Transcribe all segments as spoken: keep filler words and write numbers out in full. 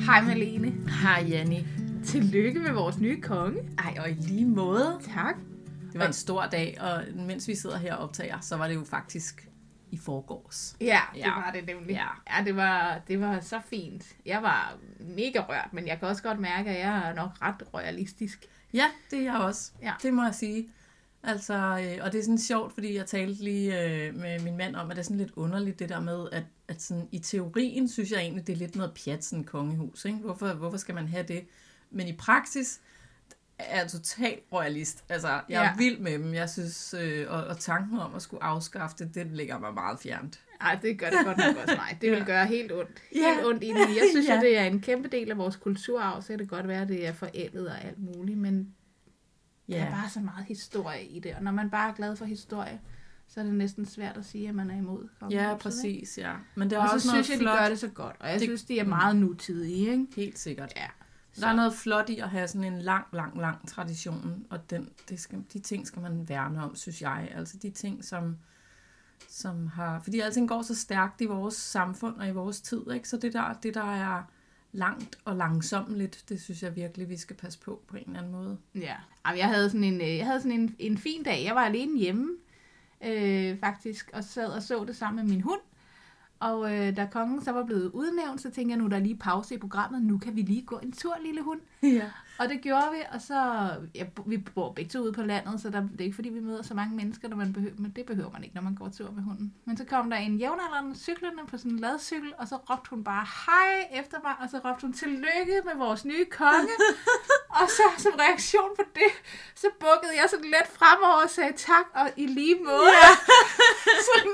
Hej Malene. Hej Janni. Tillykke med vores nye konge. Ej, og i lige måde. Tak. Det var en stor dag, og mens vi sidder her og optager, så var det jo faktisk i forgårs. Ja, det Ja. var det nemlig. Ja. Ja, det var, det var så fint. Jeg var mega rørt, men jeg kan også godt mærke, at jeg er nok ret royalistisk. Ja, det er jeg også. Ja. Det må jeg sige. Altså, øh, og det er sådan sjovt, fordi jeg talte lige øh, med min mand om, at det er sådan lidt underligt det der med, at, at sådan, i teorien synes jeg egentlig, det er lidt noget pjat, sådan en kongehus. Ikke? Hvorfor, hvorfor skal man have det? Men i praksis er jeg totalt royalist. Altså, jeg er Ja. vild med dem. Jeg synes, øh, og, og tanken om at skulle afskaffe det, det ligger mig meget fjernt. Ej, det gør det godt nok også mig. Det vil Ja. gøre helt ondt. Helt Ja. ondt indeni. Jeg synes Ja. jo, det er en kæmpe del af vores kulturarv, så kan det godt være, at det er forældet og alt muligt, men der er bare så meget historie i det. Og når man bare er glad for historie, så er det næsten svært at sige, at man er imod kongehuset, Ja, ikke? præcis, ja. Men det er Og så også noget synes jeg, flot. de gør det så godt. Og jeg Det- synes, de er meget nutidige, ikke? Helt sikkert. Ja. Der er noget flot i at have sådan en lang, lang, lang tradition, og den, det skal, de ting skal man værne om, synes jeg. Altså de ting, som, som har... Fordi alting går så stærkt i vores samfund og i vores tid, ikke? Så det der, det der er langt og langsommeligt, det synes jeg virkelig, vi skal passe på på en eller anden måde. Ja, Jamen, jeg havde sådan en, øh, jeg havde sådan en, en fin dag. Jeg var alene hjemme, øh, faktisk, og sad og så det sammen med min hund. Og øh, da kongen så var blevet udnævnt, så tænkte jeg, nu er der lige pause i programmet. Nu kan vi lige gå en tur, lille hund. Ja. Og det gjorde vi, og så... Ja, vi bor begge to ude på landet, så der, det er ikke fordi, vi møder så mange mennesker, når man behøver, men det behøver man ikke, når man går tur med hunden. Men så kom der en jævnaldrende cyklerne på sådan en ladcykel, og så råbte hun bare hej efter mig, og så råbte hun tillykke med vores nye konge. Og så som reaktion på det, så bukkede jeg sådan let fremover og sagde tak, og i lige måde. Ja. Sådan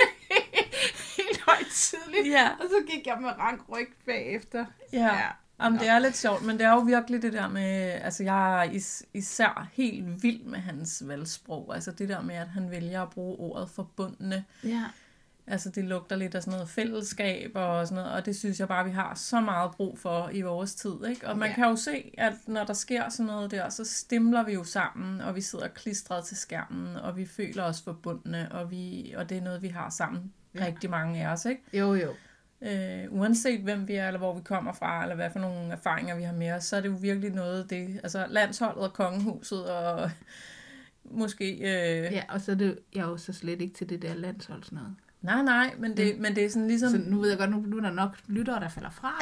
helt højtidligt. Ja. Og så gik jeg med rank ryg bagefter. Ja. Ja. Jamen, det er lidt sjovt, men det er jo virkelig det der med, altså jeg er is- især helt vild med hans valgsprog, altså det der med, at han vælger at bruge ordet forbundne. Ja. Altså det lugter lidt af sådan noget fællesskab og sådan noget, og det synes jeg bare, vi har så meget brug for i vores tid, ikke? Og man Ja. kan jo se, at når der sker sådan noget der, så stimler vi jo sammen, og vi sidder klistret til skærmen, og vi føler os forbundne, og, vi, og det er noget, vi har sammen, Ja. rigtig mange af os, ikke? Jo, jo. Øh, uanset hvem vi er, eller hvor vi kommer fra, eller hvad for nogle erfaringer vi har med os, så er det jo virkelig noget, det, altså landsholdet og kongehuset, og måske... Øh, Ja, og så er det, jeg er jo så slet ikke til det der landsholdsnød. Nej, nej, men det, men det er sådan ligesom... Så nu ved jeg godt, nu, nu er der nok lyttere, der falder fra.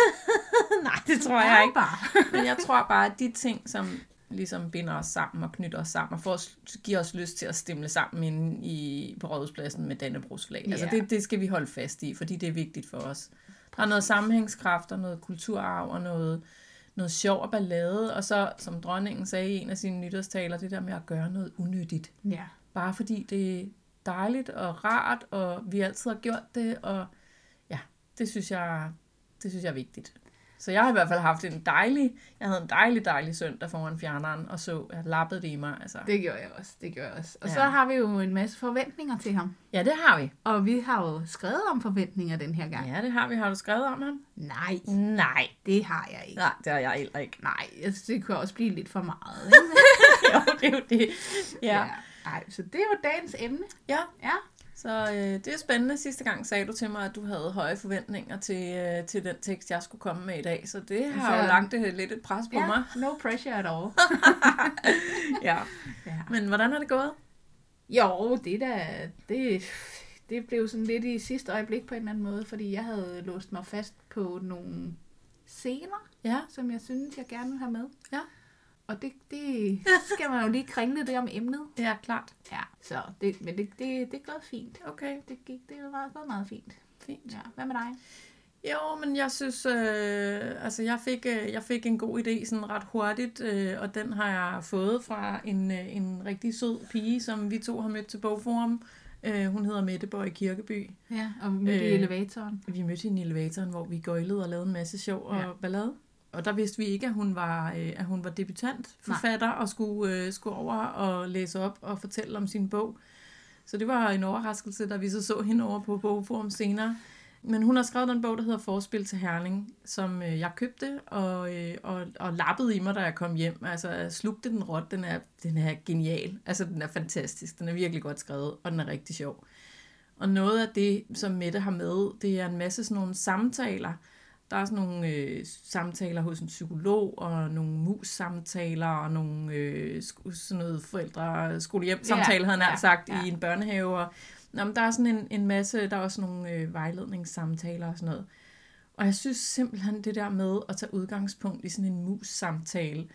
nej, det tror jeg ikke. Men jeg tror bare, at de ting, som ligesom binder os sammen og knytter os sammen, og får os, giver os lyst til at stemle sammen inde i, på Rådhuspladsen med Dannebrogsflag. Yeah. Altså det, det skal vi holde fast i, fordi det er vigtigt for os. Der er noget sammenhængskraft og noget kulturarv og noget, noget sjov og ballade, og så, som dronningen sagde i en af sine nytårstaler, det der med at gøre noget unyttigt. Ja. Bare fordi det er dejligt og rart, og vi altid har gjort det, og ja, det synes jeg, det synes jeg er vigtigt. Så jeg har i hvert fald haft en dejlig, jeg havde en dejlig, dejlig søndag foran fjerneren, og så jeg lappede det i mig. Altså. Det gjorde jeg også, det gjorde jeg også. Og Ja. så har vi jo en masse forventninger til ham. Ja, det har vi. Og vi har jo skrevet om forventninger den her gang. Ja, det har vi. Har du skrevet om ham? Nej, Nej. det har jeg ikke. Nej, det har jeg heller ikke. Nej, jeg synes, det kunne også blive lidt for meget. Ikke? jo, det er jo det. Ja. Ja. Ej, så det var dagens emne. Ja. Ja. Så øh, det er spændende. Sidste gang sagde du til mig, at du havde høje forventninger til, øh, til den tekst, jeg skulle komme med i dag. Så det har Altså, jo lagt det lidt et pres på Ja, mig. no pressure at all. ja. Ja. Men hvordan har det gået? Jo, det der, det, det blev sådan lidt i sidste øjeblik på en eller anden måde, fordi jeg havde låst mig fast på nogle scener, Ja. som jeg synes, jeg gerne vil have med. Ja. Og det, det skal man jo lige kringle det om emnet. Ja, klart. Ja, så det, men det, det, det er gået fint. Okay, Det gik, det var gået meget fint. fint. Ja, hvad med dig? Jo, men jeg synes, øh, altså jeg fik, øh, jeg fik en god idé sådan ret hurtigt, øh, og den har jeg fået fra en, øh, en rigtig sød pige, som vi to har mødt til Bogforum. Øh, hun hedder Mette Borg Kirkeby. Ja, og vi mødte øh, i Øh, elevatoren. Vi mødte hende i elevatoren, hvor vi gøjlede og lavede en masse sjov og Ja. ballade. Og der vidste vi ikke, at hun var, øh, at hun var debutant forfatter og skulle, øh, skulle over og læse op og fortælle om sin bog. Så det var en overraskelse, da vi så så hende over på Bogforum senere. Men hun har skrevet den bog, der hedder Forspil til Herning, som øh, jeg købte og, øh, og, og lappede i mig, da jeg kom hjem. Altså, jeg slugte den råt. Den er, den er genial. Altså, den er fantastisk. Den er virkelig godt skrevet, og den er rigtig sjov. Og noget af det, som Mette har med, det er en masse sådan nogle samtaler, Der er sådan nogle øh, samtaler hos en psykolog, og nogle mus-samtaler, og nogle øh, sådan noget forældre-skolehjem-samtaler, ja, havde han ja, sagt, ja. i en børnehave. Og, nå, men der er sådan en, en masse, der er også nogle øh, vejledningssamtaler og sådan noget. Og jeg synes simpelthen det der med at tage udgangspunkt i sådan en mus-samtale,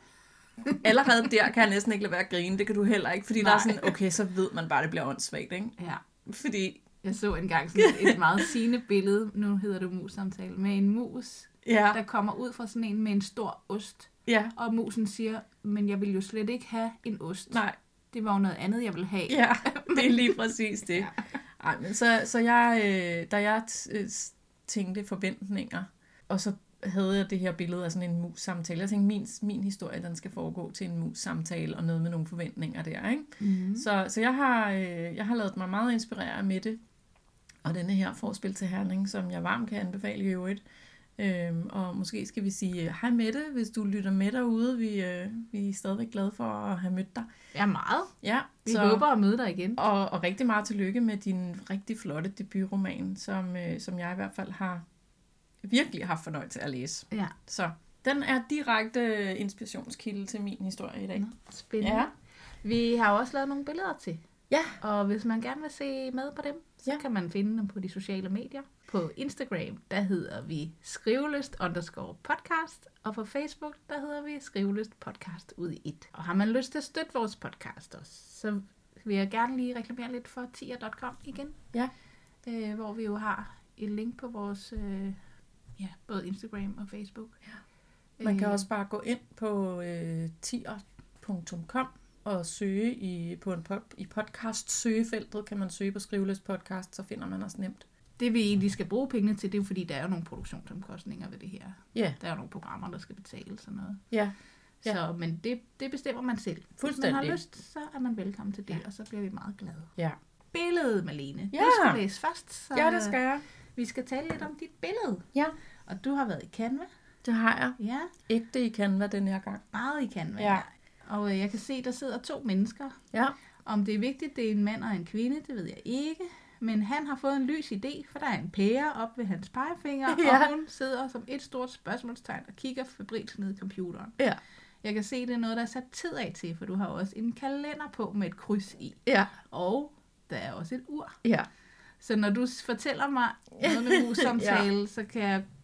allerede der kan jeg næsten ikke lade være at grine, det kan du heller ikke, fordi Nej. Der er sådan, okay, så ved man bare, det bliver åndssvagt, ikke? Ja. Fordi jeg så engang sådan et meget sigende billede, nu hedder det mus-samtale, med en mus, ja. Der kommer ud fra sådan en med en stor ost. Ja. Og musen siger, men jeg vil jo slet ikke have en ost. Nej. Det var jo noget andet, jeg ville have. Ja, det er lige præcis det. Ja. Ej, men så, så jeg, øh, da jeg t- tænkte forventninger, og så havde jeg det her billede af sådan en mus-samtale. Jeg tænkte, min, min historie, den skal foregå til en mus-samtale, og noget med nogle forventninger der, ikke? Mm-hmm. Så, så jeg har, øh, jeg har lavet mig meget inspirere med det, og denne her forspil til Herning, som jeg varmt kan anbefale i øvrigt. Øhm, og måske skal vi sige hej Mette, hvis du lytter med derude. Vi, øh, vi er stadigvæk glade for at have mødt dig. Ja, meget. Ja, vi så, håber at møde dig igen. Og, og rigtig meget tillykke med din rigtig flotte debutroman, som, øh, som jeg i hvert fald har virkelig haft fornøjelse at læse. Ja. Så den er direkte inspirationskilde til min historie i dag. Spændende. Ja. Vi har også lavet nogle billeder til. Ja. Og hvis man gerne vil se med på dem, så ja. Kan man finde dem på de sociale medier. På Instagram, der hedder vi skrivelyst underscore podcast, og på Facebook, der hedder vi skrivelyst podcast ud i et. Og har man lyst til at støtte vores podcast også, så vil jeg gerne lige reklamere lidt for tier punktum com igen. Ja. Øh, hvor vi jo har et link på vores øh, ja, både Instagram og Facebook. Ja. Man kan øh, også bare gå ind på øh, tier punktum com og søge i, på en pod, i podcast-søgefeltet, kan man søge på skrivelyst podcast, så finder man os nemt. Det vi egentlig skal bruge pengene til, det er jo fordi, der er jo nogle produktionsomkostninger ved det her. Yeah. Der er jo nogle programmer, der skal betale sådan noget. Ja. Yeah. Så, men det, det bestemmer man selv. Hvis man har lyst, så er man velkommen til det, ja. Og så bliver vi meget glade. Ja. Billedet, Malene. Ja. Du skal læse først. Så ja, det skal jeg. Vi skal tale lidt om dit billede. Ja. Og du har været i Canva. Det har jeg. Ja. Ægte i Canva den her gang. Meget i Canva, ja. ja. Og jeg kan se, der sidder to mennesker. Ja. Om det er vigtigt, det er en mand og en kvinde, det ved jeg ikke. Men han har fået en lys idé, for der er en pære op ved hans pegefinger, ja. Og hun sidder som et stort spørgsmålstegn og kigger febrilsk ned i computeren. Ja. Jeg kan se, det er noget, der er sat tid af til, for du har også en kalender på med et kryds i. Ja. Og der er også et ur. Ja. Så når du fortæller mig noget med mus-samtale, ja. Så kan jeg...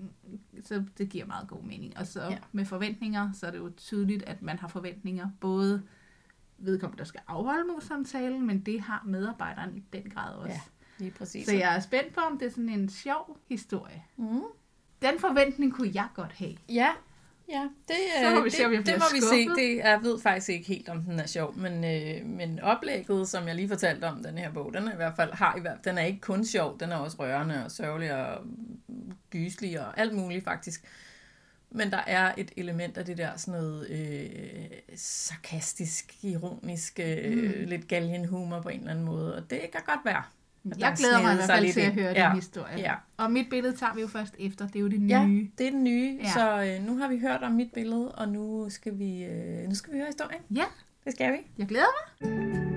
Så det giver meget god mening. Og så ja. Med forventninger, så er det jo tydeligt, at man har forventninger, både vedkommende, der skal afholde mus-samtalen, men det har medarbejderen i den grad også. Ja, lige præcis. Så jeg er spændt på, om det er sådan en sjov historie. Mm. Den forventning kunne jeg godt have. Ja, ja. Det, så må vi se, om jeg det, bliver det må skuffet. vi se. Det, jeg ved faktisk ikke helt, om den er sjov, men, øh, men oplægget, som jeg lige fortalte om, den her bog, den er i hvert fald, har i hvert fald, den er ikke kun sjov, den er også rørende og sørgelig og gyselig og alt muligt faktisk. Men der er et element af det der sådan noget øh, sarkastisk, ironisk, øh, mm. lidt galgenhumor på en eller anden måde, og det kan godt være. Jeg glæder mig i hvert fald til at høre ja. Den historie. Ja. Og mit billede tager vi jo først efter, det er jo det nye. Ja, det er det nye, ja. Så øh, nu har vi hørt om mit billede, og nu skal vi, øh, nu skal vi høre historien. Ja. Det skal vi. Jeg glæder mig.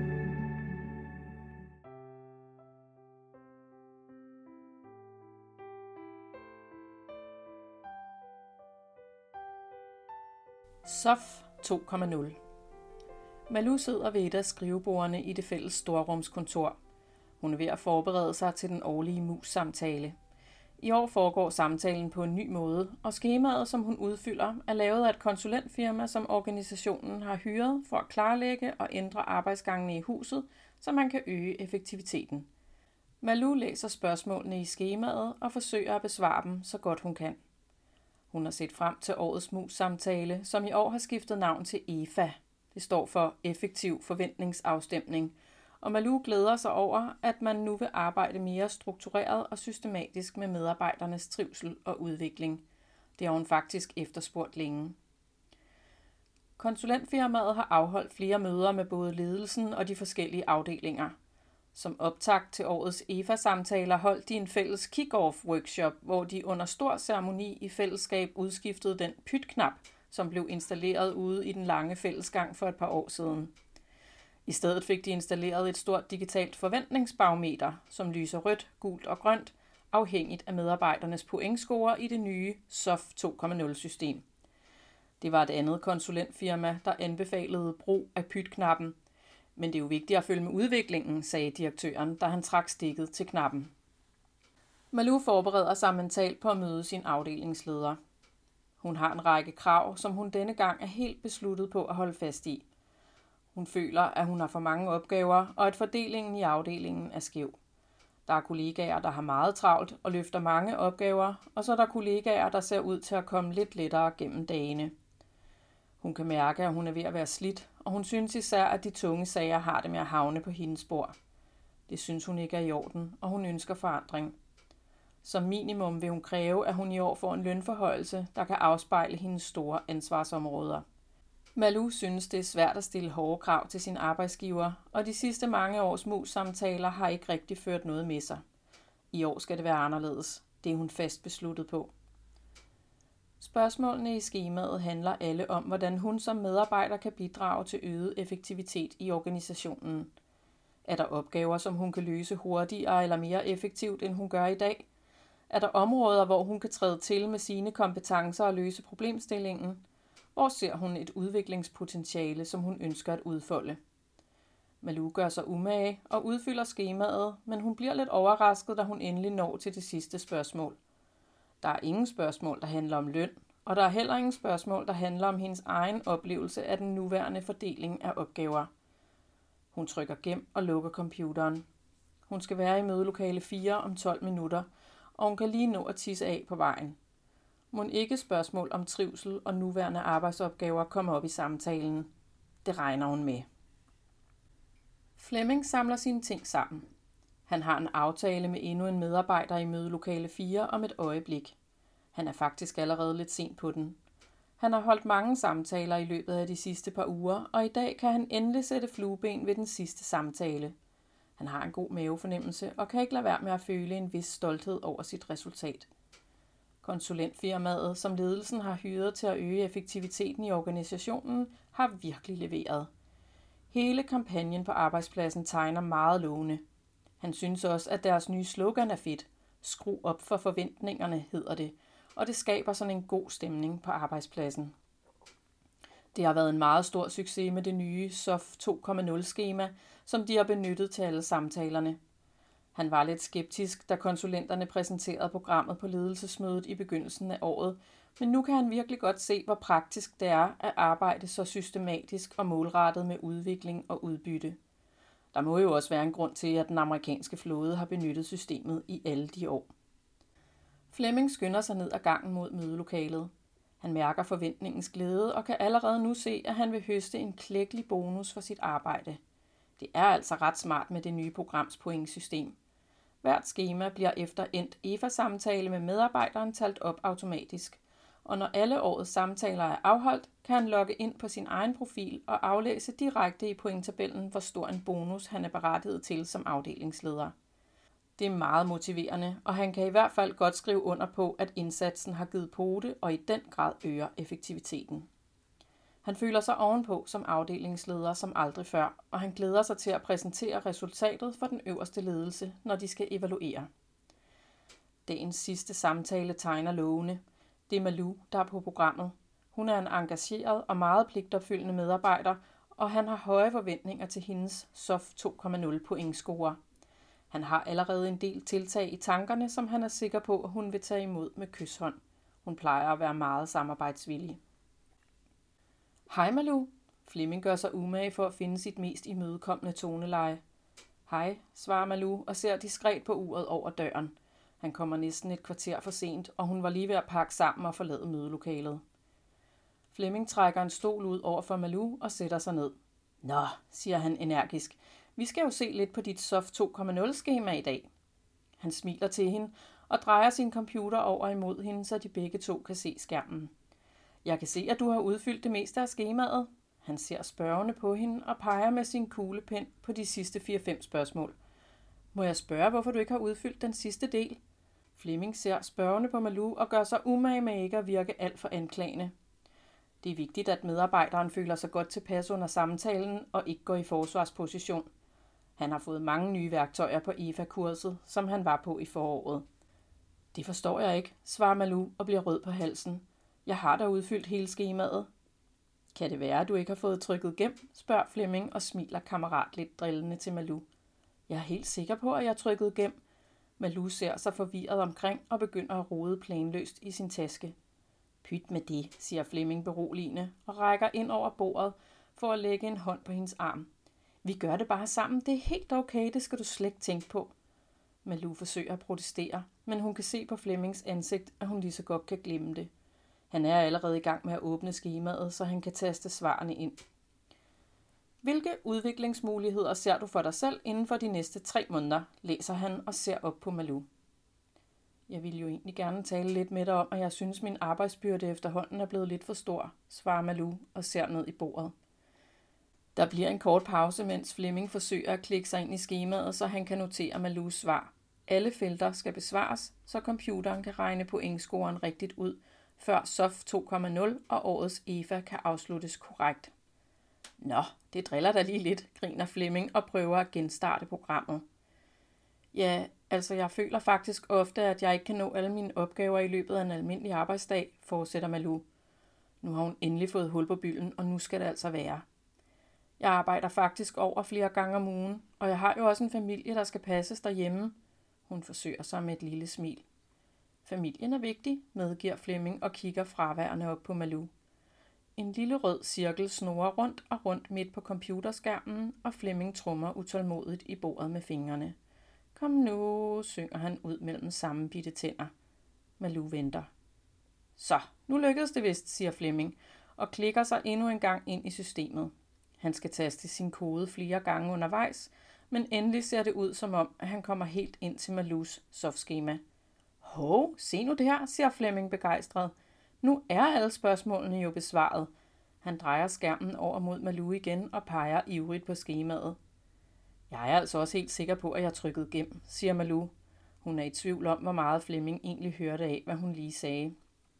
S O F to komma nul. Malou sidder ved et af skrivebordene i det fælles storrumskontor. Hun er ved at forberede sig til den årlige mus-samtale. I år foregår samtalen på en ny måde, og skemaet, som hun udfylder, er lavet af et konsulentfirma, som organisationen har hyret for at klarlægge og ændre arbejdsgangene i huset, så man kan øge effektiviteten. Malou læser spørgsmålene i skemaet og forsøger at besvare dem så godt hun kan. Hun har set frem til årets mus-samtale, som i år har skiftet navn til E F A. Det står for Effektiv Forventningsafstemning, og Malou glæder sig over, at man nu vil arbejde mere struktureret og systematisk med medarbejdernes trivsel og udvikling. Det har hun faktisk efterspurgt længe. Konsulentfirmaet har afholdt flere møder med både ledelsen og de forskellige afdelinger. Som optakt til årets E F A-samtaler holdt de en fælles kick-off-workshop, hvor de under stor ceremoni i fællesskab udskiftede den pytknap, som blev installeret ude i den lange fællesgang for et par år siden. I stedet fik de installeret et stort digitalt forventningsbarometer, som lyser rødt, gult og grønt, afhængigt af medarbejdernes pointscore i det nye S O F to komma nul-system. Det var et andet konsulentfirma, der anbefalede brug af pytknappen, men det er jo vigtigt at følge med udviklingen, sagde direktøren, da han trak stikket til knappen. Malou forbereder sig mentalt på at møde sin afdelingsleder. Hun har en række krav, som hun denne gang er helt besluttet på at holde fast i. Hun føler, at hun har for mange opgaver, og at fordelingen i afdelingen er skæv. Der er kollegaer, der har meget travlt og løfter mange opgaver, og så er der kollegaer, der ser ud til at komme lidt lettere gennem dagene. Hun kan mærke, at hun er ved at være slidt, og hun synes især, at de tunge sager har det med at havne på hendes bord. Det synes hun ikke er i orden, og hun ønsker forandring. Som minimum vil hun kræve, at hun i år får en lønforhøjelse, der kan afspejle hendes store ansvarsområder. Malou synes, det er svært at stille hårde krav til sin arbejdsgiver, og de sidste mange års mus-samtaler har ikke rigtig ført noget med sig. I år skal det være anderledes. Det er hun fast besluttet på. Spørgsmålene i skemaet handler alle om, hvordan hun som medarbejder kan bidrage til øget effektivitet i organisationen. Er der opgaver, som hun kan løse hurtigere eller mere effektivt, end hun gør i dag? Er der områder, hvor hun kan træde til med sine kompetencer og løse problemstillingen? Hvor ser hun et udviklingspotentiale, som hun ønsker at udfolde? Malou gør sig umage og udfylder skemaet, men hun bliver lidt overrasket, da hun endelig når til det sidste spørgsmål. Der er ingen spørgsmål, der handler om løn, og der er heller ingen spørgsmål, der handler om hendes egen oplevelse af den nuværende fordeling af opgaver. Hun trykker gem og lukker computeren. Hun skal være i mødelokale fire om tolv minutter, og hun kan lige nå at tisse af på vejen. Mon ikke spørgsmål om trivsel og nuværende arbejdsopgaver kommer op i samtalen. Det regner hun med. Flemming samler sine ting sammen. Han har en aftale med endnu en medarbejder i mødelokale fire om et øjeblik. Han er faktisk allerede lidt sent på den. Han har holdt mange samtaler i løbet af de sidste par uger, og i dag kan han endelig sætte flueben ved den sidste samtale. Han har en god mavefornemmelse og kan ikke lade være med at føle en vis stolthed over sit resultat. Konsulentfirmaet, som ledelsen har hyret til at øge effektiviteten i organisationen, har virkelig leveret. Hele kampagnen på arbejdspladsen tegner meget lovende. Han synes også, at deres nye slogan er fedt. Skru op for forventningerne, hedder det, og det skaber sådan en god stemning på arbejdspladsen. Det har været en meget stor succes med det nye S O F to komma nul-skema, som de har benyttet til alle samtalerne. Han var lidt skeptisk, da konsulenterne præsenterede programmet på ledelsesmødet i begyndelsen af året, men nu kan han virkelig godt se, hvor praktisk det er at arbejde så systematisk og målrettet med udvikling og udbytte. Der må jo også være en grund til, at den amerikanske flåde har benyttet systemet i alle de år. Flemming skynder sig ned ad gangen mod mødelokalet. Han mærker forventningens glæde og kan allerede nu se, at han vil høste en klækkelig bonus for sit arbejde. Det er altså ret smart med det nye programs pointsystem. Hvert skema bliver efter endt E F A-samtale med medarbejderen talt op automatisk, og når alle årets samtaler er afholdt, kan han logge ind på sin egen profil og aflæse direkte i pointtabellen, hvor stor en bonus han er berettiget til som afdelingsleder. Det er meget motiverende, og han kan i hvert fald godt skrive under på, at indsatsen har givet pote og i den grad øger effektiviteten. Han føler sig ovenpå som afdelingsleder som aldrig før, og han glæder sig til at præsentere resultatet for den øverste ledelse, når de skal evaluere. Dagens sidste samtale tegner lovende. Det er Malou, der er på programmet. Hun er en engageret og meget pligtopfyldende medarbejder, og han har høje forventninger til hendes S O F to komma nul pointscore. Han har allerede en del tiltag i tankerne, som han er sikker på, at hun vil tage imod med kyshånd. Hun plejer at være meget samarbejdsvillig. Hej Malou. Flemming gør sig umage for at finde sit mest imødekommende toneleje. Hej, svarer Malou og ser diskret på uret over døren. Han kommer næsten et kvarter for sent, og hun var lige ved at pakke sammen og forlade mødelokalet. Flemming trækker en stol ud over for Malou og sætter sig ned. Nå, siger han energisk. Vi skal jo se lidt på dit S O F to komma nul-skema i dag. Han smiler til hende og drejer sin computer over imod hende, så de begge to kan se skærmen. Jeg kan se, at du har udfyldt det meste af skemaet. Han ser spørgende på hende og peger med sin kuglepen på de sidste fire fem spørgsmål. Må jeg spørge, hvorfor du ikke har udfyldt den sidste del? Flemming ser spørgende på Malou og gør sig umage med ikke at virke alt for anklagende. Det er vigtigt, at medarbejderen føler sig godt tilpas under samtalen og ikke går i forsvarsposition. Han har fået mange nye værktøjer på E F A-kurset, som han var på i foråret. Det forstår jeg ikke, svarer Malou og bliver rød på halsen. Jeg har da udfyldt hele skemaet. Kan det være, at du ikke har fået trykket gem, spørger Flemming og smiler kammeratligt drillende til Malou. Jeg er helt sikker på, at jeg har trykket gem. Malou ser sig forvirret omkring og begynder at rode planløst i sin taske. Pyt med det, siger Flemming beroligende og rækker ind over bordet for at lægge en hånd på hendes arm. Vi gør det bare sammen, det er helt okay, det skal du slet ikke tænke på. Malou forsøger at protestere, men hun kan se på Flemmings ansigt, at hun lige så godt kan glemme det. Han er allerede i gang med at åbne skemaet, så han kan taste svarene ind. Hvilke udviklingsmuligheder ser du for dig selv inden for de næste tre måneder, læser han og ser op på Malou. Jeg ville jo egentlig gerne tale lidt med dig om, at jeg synes, min arbejdsbyrde efterhånden er blevet lidt for stor, svarer Malou og ser ned i bordet. Der bliver en kort pause, mens Flemming forsøger at klikke sig ind i skemaet, så han kan notere Malous svar. Alle felter skal besvares, så computeren kan regne pointscoren rigtigt ud, før S O F to komma nul og årets E F A kan afsluttes korrekt. Nå, det driller da lige lidt, griner Flemming og prøver at genstarte programmet. Ja, altså jeg føler faktisk ofte, at jeg ikke kan nå alle mine opgaver i løbet af en almindelig arbejdsdag, fortsætter Malou. Nu har hun endelig fået hul på bylden, og nu skal det altså være. Jeg arbejder faktisk over flere gange om ugen, og jeg har jo også en familie, der skal passes derhjemme. Hun forsøger sig med et lille smil. Familien er vigtig, medgiver Flemming og kigger fraværende op på Malou. En lille rød cirkel snurrer rundt og rundt midt på computerskærmen, og Flemming trummer utålmodigt i bordet med fingrene. Kom nu, synger han ud mellem sammenbitte tænder. Malou venter. Så, nu lykkedes det vist, siger Flemming, og klikker sig endnu en gang ind i systemet. Han skal taste sin kode flere gange undervejs, men endelig ser det ud som om, at han kommer helt ind til Malous softskema. Hov, se nu det her, siger Flemming begejstret. Nu er alle spørgsmålene jo besvaret. Han drejer skærmen over mod Malou igen og peger ivrigt på skemaet. Jeg er altså også helt sikker på, at jeg trykkede gem, siger Malou. Hun er i tvivl om, hvor meget Flemming egentlig hørte af, hvad hun lige sagde.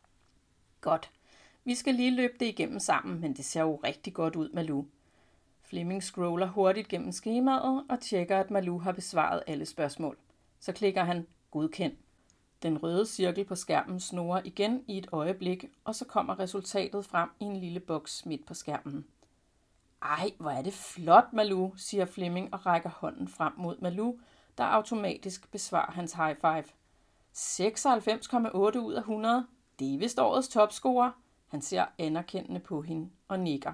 Godt. Vi skal lige løbe det igennem sammen, men det ser jo rigtig godt ud, Malou. Flemming scroller hurtigt gennem skemaet og tjekker, at Malou har besvaret alle spørgsmål. Så klikker han godkend. Den røde cirkel på skærmen snurrer igen i et øjeblik, og så kommer resultatet frem i en lille boks midt på skærmen. Ej, hvor er det flot, Malou, siger Flemming og rækker hånden frem mod Malou, der automatisk besvarer hans high five. seksoghalvfems komma otte ud af hundrede. Det er vist årets topscorer. Han ser anerkendende på hende og nikker.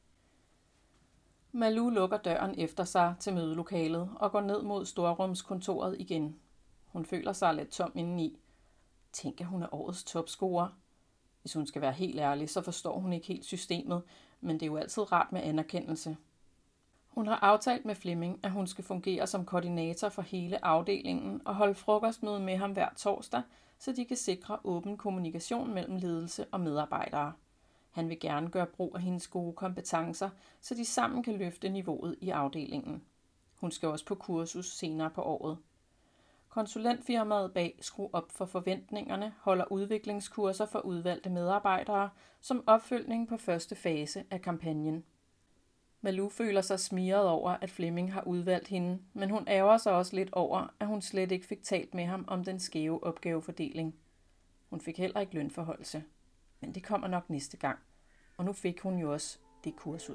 Malou lukker døren efter sig til mødelokalet og går ned mod storrumskontoret igen. Hun føler sig lidt tom indeni. Tænk, at hun er årets topscorer. Hvis hun skal være helt ærlig, så forstår hun ikke helt systemet, men det er jo altid rart med anerkendelse. Hun har aftalt med Flemming, at hun skal fungere som koordinator for hele afdelingen og holde frokostmøde med ham hver torsdag, så de kan sikre åben kommunikation mellem ledelse og medarbejdere. Han vil gerne gøre brug af hendes gode kompetencer, så de sammen kan løfte niveauet i afdelingen. Hun skal også på kursus senere på året. Konsulentfirmaet bag Skru op for forventningerne holder udviklingskurser for udvalgte medarbejdere som opfølgning på første fase af kampagnen. Malou føler sig smiret over, at Flemming har udvalgt hende, men hun ærger sig også lidt over, at hun slet ikke fik talt med ham om den skæve opgavefordeling. Hun fik heller ikke lønforholdelse, men det kommer nok næste gang, og nu fik hun jo også det kursus.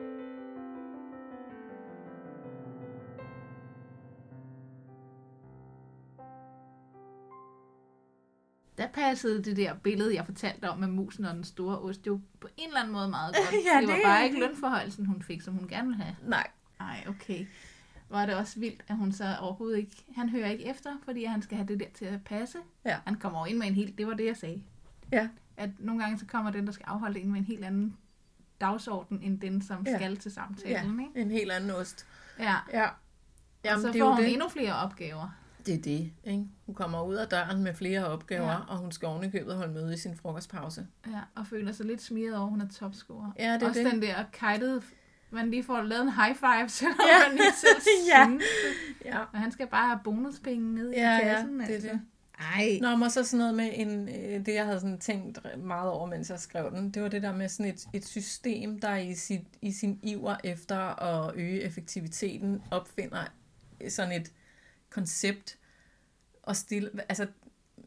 Der passede det der billede, jeg fortalte om med musen og den store ost, jo på en eller anden måde meget godt. Ja, det var det... bare ikke lønforholdelsen, hun fik, som hun gerne ville have. Nej. Nej, okay. Var det også vildt, at hun så overhovedet ikke... Han hører ikke efter, fordi han skal have det der til at passe. Ja. Han kommer over ind med en helt... Det var det, jeg sagde. Ja. At nogle gange så kommer den, der skal afholde ind med en helt anden dagsorden, end den, som ja. skal til samtalen. Ja, ikke? en helt anden ost. Ja. Ja. Jamen, og så det får er hun det. endnu flere opgaver. Det er det, ikke? Hun kommer ud af døren med flere opgaver, Ja. og hun skal oven i købet holde møde i sin frokostpause. Ja, og føler sig lidt smiret over, hun er topscorer. Ja, det er også det. den der kajtede, man lige får lavet en high five, selvom Ja. man lige selv Ja. synes det. Ja. Og han skal bare have bonuspenge ned Ja, i kassen. ja, det er altså. det. Ej. Nå, men så sådan noget med en, øh, det, jeg havde sådan tænkt meget over, mens jeg skrev den, det var det der med sådan et, et system, der i, sit, i sin iver efter at øge effektiviteten opfinder sådan et koncept og stille, altså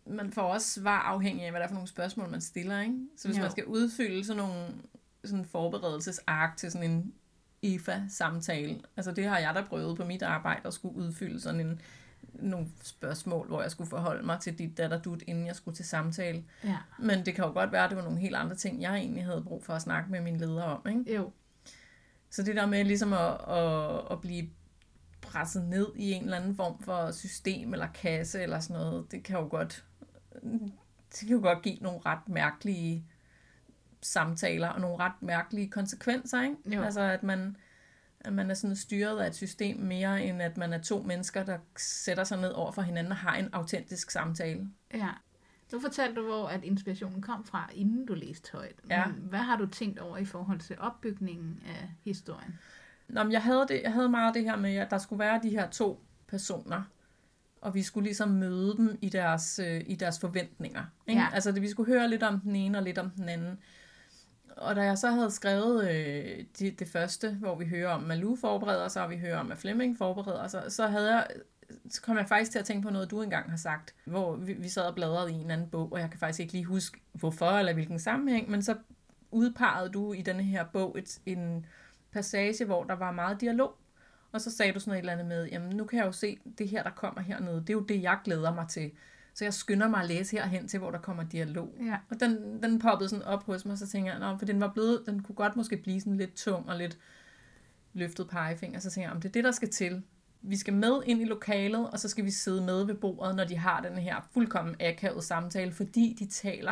man får også svar afhængig af, hvad der er for nogle spørgsmål, man stiller, ikke? Så hvis jo. man skal udfylde sådan nogle sådan forberedelsesark til sådan en I F A-samtale, altså det har jeg da prøvet på mit arbejde, at skulle udfylde sådan en, nogle spørgsmål, hvor jeg skulle forholde mig til dit datter dut, inden jeg skulle til samtale. Ja. Men det kan jo godt være, at det var nogle helt andre ting, jeg egentlig havde brug for at snakke med min leder om, ikke? Jo. Så det der med ligesom at, at, at blive presset ned i en eller anden form for system eller kasse eller sådan noget, det kan jo godt, det kan jo godt give nogle ret mærkelige samtaler og nogle ret mærkelige konsekvenser, ikke? Jo. Altså at man, at man er sådan styret af et system mere, end at man er to mennesker, der sætter sig ned over for hinanden og har en autentisk samtale. Ja. Nu fortalte du, hvor at inspirationen kom fra, inden du læste højt. Ja. Men hvad har du tænkt over i forhold til opbygningen af historien? Nå, men jeg havde, det, jeg havde meget det her med, at der skulle være de her to personer, og vi skulle ligesom møde dem i deres, øh, i deres forventninger. Ikke? Ja. Altså, det, vi skulle høre lidt om den ene og lidt om den anden. Og da jeg så havde skrevet øh, det, det første, hvor vi hører om, at Malou forbereder sig, og vi hører om, at Flemming forbereder sig, så, havde jeg, så kom jeg faktisk til at tænke på noget, du engang har sagt, hvor vi, vi sad og bladrede i en anden bog, og jeg kan faktisk ikke lige huske, hvorfor eller hvilken sammenhæng, men så udpegede du i denne her bog et, en passage, hvor der var meget dialog, og så sagde du sådan et eller andet med, jamen nu kan jeg jo se, det her, der kommer hernede, det er jo det, jeg glæder mig til. Så jeg skynder mig at læse herhen til, hvor der kommer dialog. Ja. Og den, den poppede sådan op hos mig, så tænker jeg, nå, for den var blevet, den kunne godt måske blive sådan lidt tung og lidt løftet pegefinger. Så tænker jeg, om det er det, der skal til. Vi skal med ind i lokalet, og så skal vi sidde med ved bordet, når de har den her fuldkommen akavet samtale, fordi de taler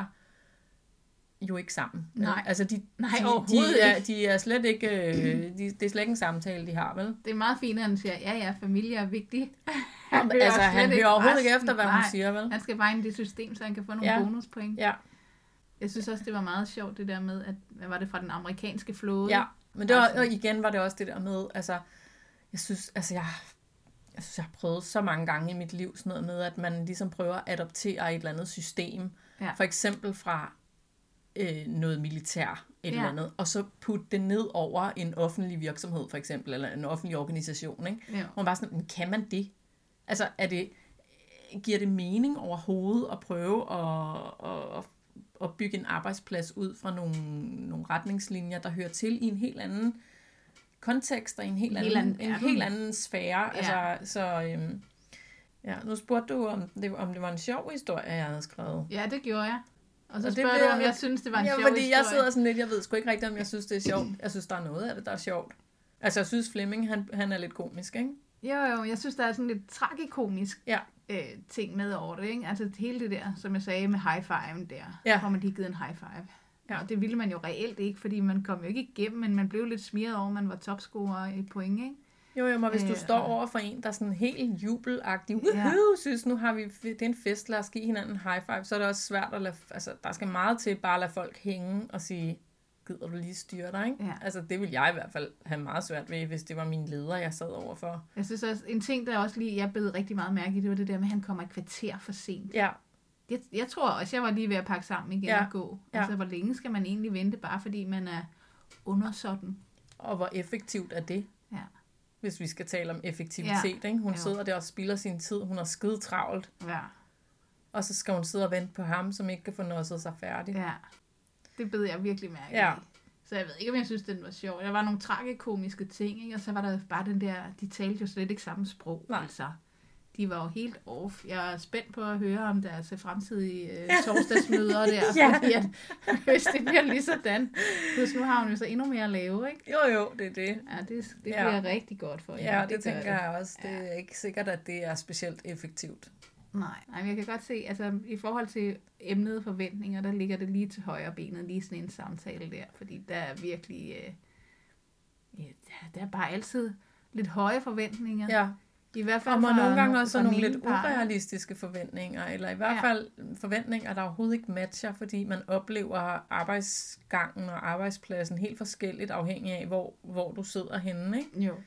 jo ikke sammen. Nej, altså de, Nej de, overhovedet de, er, ikke. de er slet ikke, øh, de, det er slet ikke en samtale, de har, vel? Det er meget fint, at han siger, ja, ja, familie er vigtig. Han hører altså, han hører overhovedet ikke efter, hvad Nej, hun siger, vel? Han skal bare ind i det system, så han kan få nogle Ja. bonuspoint. Ja. Jeg synes også, det var meget sjovt, det der med, at, hvad var det fra den amerikanske flåde? Ja, men det var, Altså- og igen var det også det der med, altså, jeg synes, altså jeg, jeg synes, jeg har prøvet så mange gange i mit liv sådan noget med, at man ligesom prøver at adoptere et eller andet system. Ja. For eksempel fra øh, noget militær, et Ja. eller andet, og så putte det ned over en offentlig virksomhed, for eksempel, eller en offentlig organisation, ikke? Ja. Hvor man bare sådan, men kan man det? Altså, er det, giver det mening overhovedet at prøve at, at, at bygge en arbejdsplads ud fra nogle, nogle retningslinjer, der hører til i en helt anden kontekst og i en helt, Helt anden, anden en verden. helt anden sfære. Ja. Altså, så, øhm, ja, nu spurgte du, om det, om det var en sjov historie, jeg havde skrevet. Ja, det gjorde jeg. Og så Og det spørger bliver- du, om jeg synes, det var en Ja, sjov fordi historie. jeg sidder sådan lidt, jeg ved sgu ikke rigtigt, om jeg synes, det er sjovt. Jeg synes, der er noget af det, der er sjovt. Altså, jeg synes, Flemming, han, han er lidt komisk, ikke? Jo, jo, jeg synes, der er sådan lidt tragikomisk Ja. øh, ting med over det, ikke? Altså hele det der, som jeg sagde med high five der, Ja. hvor man lige givet en high five. Ja. Og det ville man jo reelt ikke, fordi man kom jo ikke igennem, men man blev lidt smiret over, at man var topscorer i point, ikke? Jo, jo, men hvis du Øh, står over for en, der er sådan helt jubelagtig, woohoo, Ja. synes, nu har vi, det er en fest, lad os give hinanden en high five, så er det også svært at lade, altså, der skal meget til bare at lade folk hænge og sige, gider du lige styre dig, ikke? Ja. Altså, det vil jeg i hvert fald have meget svært ved, hvis det var min leder, jeg sad overfor. Jeg synes også, en ting, der også lige, jeg bed rigtig meget mærke i, det var det der med, at han kommer et kvarter for sent. Ja, Jeg, jeg tror også, jeg var lige ved at pakke sammen igen Ja. og gå. Ja. Altså, hvor længe skal man egentlig vente, bare fordi man er undersåtten? og hvor effektivt er det? Ja. Hvis vi skal tale om effektivitet, ikke? Hun Jo. sidder der og spilder sin tid, hun har skide travlt, Ja. og så skal hun sidde og vente på ham, som ikke kan få nosset sig færdig. Ja. Det bed jeg virkelig mærke Ja. i. Så jeg ved ikke, om jeg synes, den var sjov. Der var nogle tragikomiske ting, ikke? Og så var der bare den der, de talte jo slet ikke samme sprog. Nej. Altså. De var jo helt off. Jeg er spændt på at høre om deres fremtidige øh, torsdagsmøder der, Ja. fordi at, hvis det bliver lige sådan. Plus nu har hun jo så endnu mere at lave, ikke? Jo, jo, det er det. Ja, det, det Ja. bliver rigtig godt for hende. Ja, det, det gør tænker jeg også. Det er ikke sikkert, at det er specielt effektivt. Nej, nej, men jeg kan godt se, altså i forhold til emnet forventninger, der ligger det lige til højre benet, lige sådan en samtale der, fordi der er virkelig, øh, ja, der- der er bare altid lidt høje forventninger. Ja, I hvert fald og må fra- nogle gange fra også den nogle ene lidt part. urealistiske forventninger, eller i hvert Ja. fald forventninger, der overhovedet ikke matcher, fordi man oplever arbejdsgangen og arbejdspladsen helt forskelligt, afhængig af, hvor, hvor du sidder henne, ikke? Jo.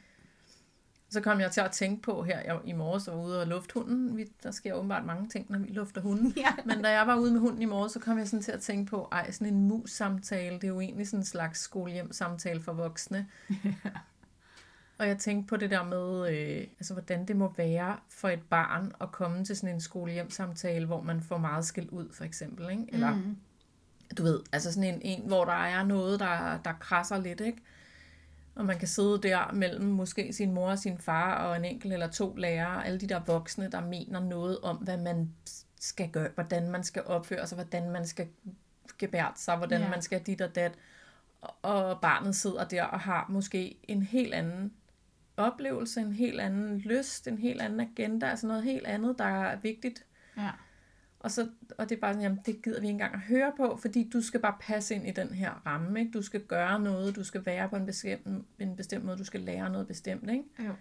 Så kom jeg til at tænke på her, jeg i morges var ude og lufte hunden. Vi, der sker åbenbart mange ting, når vi lufter hunden. Ja. Men da jeg var ude med hunden i morges, så kom jeg sådan til at tænke på, ej, sådan en mus-samtale, det er jo egentlig sådan en slags skolehjem-samtale for voksne. Og jeg tænkte på det der med, øh, altså hvordan det må være for et barn at komme til sådan en skolehjemsamtale, hvor man får meget skæld ud, for eksempel, ikke? Eller, mm. du ved, altså sådan en, en, hvor der er noget, der, der krasser lidt, ikke? Og man kan sidde der mellem måske sin mor og sin far og en enkelt eller to lærere, alle de der voksne, der mener noget om, hvad man skal gøre, hvordan man skal opføre sig, hvordan man skal gebære sig, hvordan ja. man skal dit og dat. Og barnet sidder der og har måske en helt anden oplevelse, en helt anden lyst, en helt anden agenda, altså noget helt andet, der er vigtigt. Ja. Og, så, og det er bare sådan, jamen det gider vi ikke engang at høre på, fordi du skal bare passe ind i den her ramme, ikke? Du skal gøre noget, du skal være på en bestemt, en bestemt måde, du skal lære noget bestemt, ikke? Jo.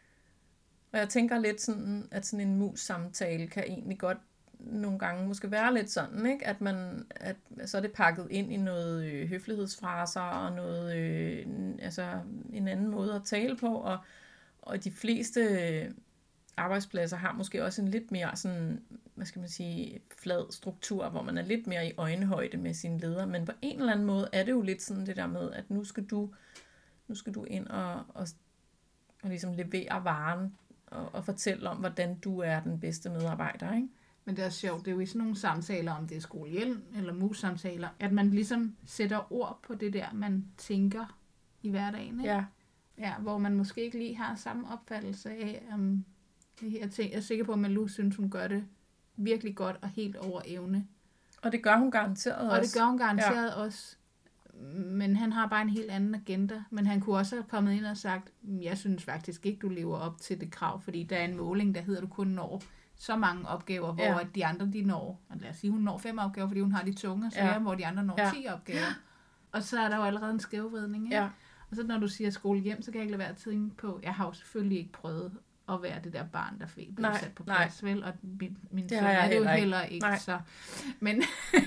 Og jeg tænker lidt sådan, at sådan en mus-samtale kan egentlig godt nogle gange måske være lidt sådan, ikke? At man, at så er det pakket ind i noget øh, høflighedsfraser og noget, øh, altså en anden måde at tale på, og, og de fleste øh, arbejdspladser har måske også en lidt mere sådan, hvad skal man sige, flad struktur, hvor man er lidt mere i øjenhøjde med sine ledere, men på en eller anden måde er det jo lidt sådan det der med, at nu skal du, nu skal du ind og, og, og ligesom levere varen og, og fortælle om, hvordan du er den bedste medarbejder, ikke? Men det er sjovt, det er jo i sådan nogle samtaler, om det er skolehjem eller mus-samtaler, at man ligesom sætter ord på det der, man tænker i hverdagen, ikke? Ja. Ja, hvor man måske ikke lige har samme opfattelse af, om det her ting. Jeg er sikker på, at Malou synes, hun gør det virkelig godt og helt over evne. Og det gør hun garanteret også. Og det gør hun garanteret ja. også. Men han har bare en helt anden agenda. Men han kunne også have kommet ind og sagt, jeg synes faktisk ikke, du lever op til det krav, fordi der er en måling, der hedder, du kun når så mange opgaver, hvor ja. de andre, de når, og lad os sige, hun når fem opgaver, fordi hun har de tunge, så ja. hvor de andre når ja. ti opgaver. Og så er der jo allerede en skævvridning, ikke? Ja. Og så når du siger skole hjem, så kan jeg ikke lade være at tænke på, jeg har jo selvfølgelig ikke prøvet at være det der barn, der fik blev sat på plads, vel? Og min, min søn er det jo heller ikke, ikke så. Men,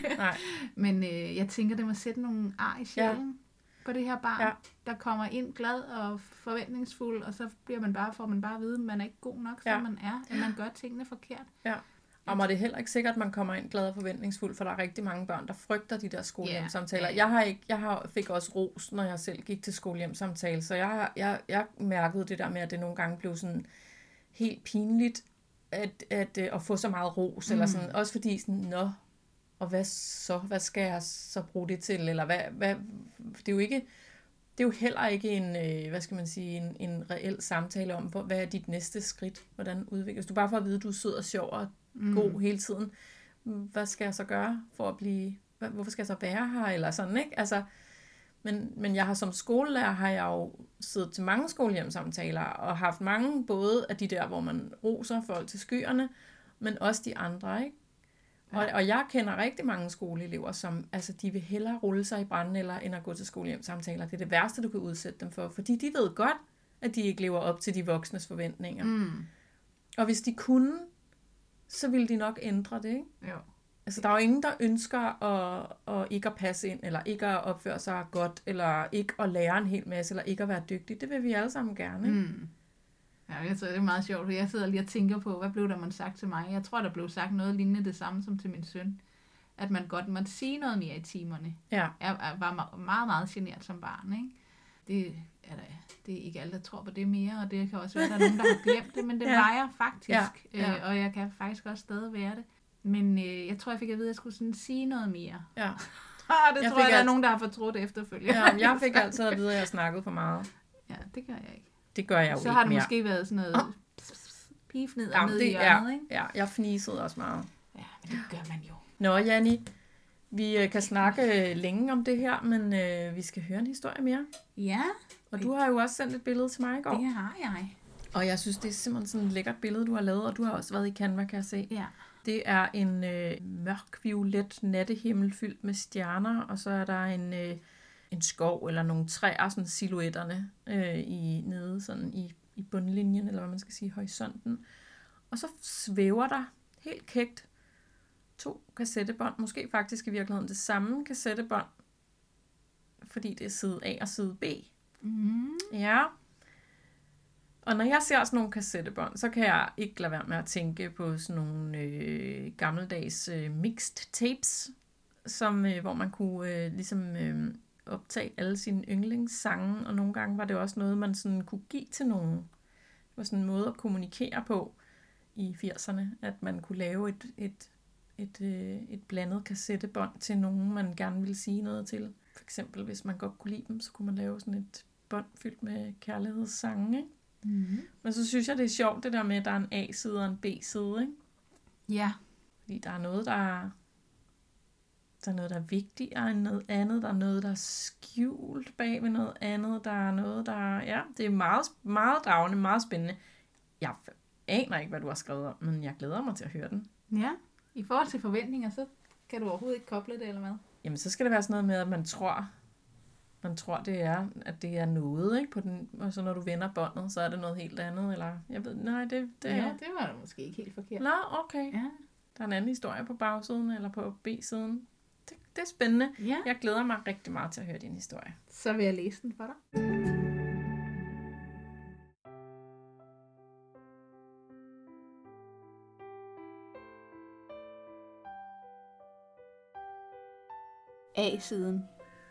men øh, jeg tænker, det må sætte nogle ar i sjælen ja. på det her barn, ja. der kommer ind glad og forventningsfuld, og så bliver man bare, får man bare at vide, at man er ikke god nok, som ja. man er, at man gør tingene forkert. Ja. Og må det heller ikke sikkert, at man kommer ind glad og forventningsfuld, for der er rigtig mange børn, der frygter de der skolehjemsamtaler. Yeah. Jeg har ikke, jeg har, fik også ros, når jeg selv gik til skolehjemsamtale, så jeg, jeg, jeg mærkede det der med, at det nogle gange blev sådan helt pinligt at, at, at få så meget ros, mm. eller sådan, også fordi sådan, nå, og hvad så, hvad skal jeg så bruge det til, eller hvad, hvad det er jo ikke, det er jo heller ikke en, hvad skal man sige, en, en reel samtale om, hvad er dit næste skridt, hvordan udvikles du, bare for at vide, at du er sød og sjov og mm. god hele tiden, hvad skal jeg så gøre for at blive, hvorfor skal jeg så være her, eller sådan, ikke, altså, men, men jeg har som skolelærer, har jeg jo siddet til mange skolehjemsamtaler, og haft mange, både af de der, hvor man roser folk til skyerne, men også de andre, ikke? Ja. Og, og jeg kender rigtig mange skoleelever, som, altså, de vil hellere rulle sig i brændenælder, end at gå til skolehjemsamtaler. Det er det værste, du kan udsætte dem for, fordi de ved godt, at de ikke lever op til de voksnes forventninger. Mm. Og hvis de kunne, så ville de nok ændre det, ikke? Jo. Altså, der er jo ingen, der ønsker at, at ikke at passe ind, eller ikke at opføre sig godt, eller ikke at lære en hel masse, eller ikke at være dygtig. Det vil vi alle sammen gerne, ikke? Mm. Ja, jeg tror, det er meget sjovt. Jeg sidder lige og tænker på, hvad blev der man sagt til mig? Jeg tror, der blev sagt noget lignende det samme som til min søn. At man godt måtte sige noget mere i timerne. Ja. Jeg var meget, meget genert som barn, ikke? Det er, der, det er ikke alle, der tror på det mere, og det kan også være, at der er nogen, der har glemt det, men det ja. var jeg faktisk. Ja. Ja. Øh, og jeg kan faktisk også stadig være det. Men øh, jeg tror, jeg fik at vide, at jeg skulle sådan sige noget mere. Ja. det jeg tror jeg, der alt... er nogen, der har fortrudt efterfølgende. Ja, jeg fik altid at vide, at jeg snakkede for meget. Ja, det gør jeg ikke. Det gør jeg jo så ikke mere. Så har det måske været sådan noget pif ned og ned i hjørnet, ikke? Ja, jeg fnisede også meget. Ja, men det gør man jo. Nå, Janni, vi kan snakke længe om det her, men øh, vi skal høre en historie mere. Ja. Og du har jo også sendt et billede til mig i går. Det har jeg. Og jeg synes, det er simpelthen sådan et lækkert billede, du har lavet, og du har også været i Canva, kan jeg se. Ja. Det er en øh, mørk, violet nattehimmel fyldt med stjerner, og så er der en, øh, en skov eller nogle træer, sådan silhuetterne øh, i, nede sådan i, i bundlinjen, eller hvad man skal sige, horisonten. Og så svæver der helt kægt to kassettebånd, måske faktisk i virkeligheden det samme kassettebånd, fordi det er side A og side B. Mm. Ja. Og når jeg ser sådan nogle kassettebånd, så kan jeg ikke lade være med at tænke på sådan nogle øh, gammeldags øh, mixed tapes, som, øh, hvor man kunne øh, ligesom øh, optage alle sine yndlingssange, og nogle gange var det også noget, man sådan kunne give til nogen. Det var sådan en måde at kommunikere på i firserne, at man kunne lave et, et, et, et, et blandet kassettebånd til nogen, man gerne ville sige noget til. For eksempel, hvis man godt kunne lide dem, så kunne man lave sådan et bånd fyldt med kærlighedssange, ikke? Mm-hmm. Men så synes jeg, det er sjovt, det der med, at der er en A-side og en B-side, ikke? Ja. Fordi der er noget, der er, der er noget, der er vigtigere end noget andet. Der er noget, der er skjult bag ved noget andet. Der er noget, der er... Ja, det er meget, meget dragende, meget spændende. Jeg aner ikke, hvad du har skrevet om, men jeg glæder mig til at høre den. Ja, i forhold til forventninger, så kan du overhovedet ikke koble det, eller hvad? Jamen, så skal det være sådan noget med, at man tror... Man tror, det er, at det er noget, ikke? På den, og så når du vender båndet, så er det noget helt andet, eller... Jeg ved, nej, det... det ja, det var da måske ikke helt forkert. Nå, okay. Ja. Der er en anden historie på bagsiden, eller på B-siden. Det, det er spændende. Ja. Jeg glæder mig rigtig meget til at høre din historie. Så vil jeg læse den for dig. A-siden.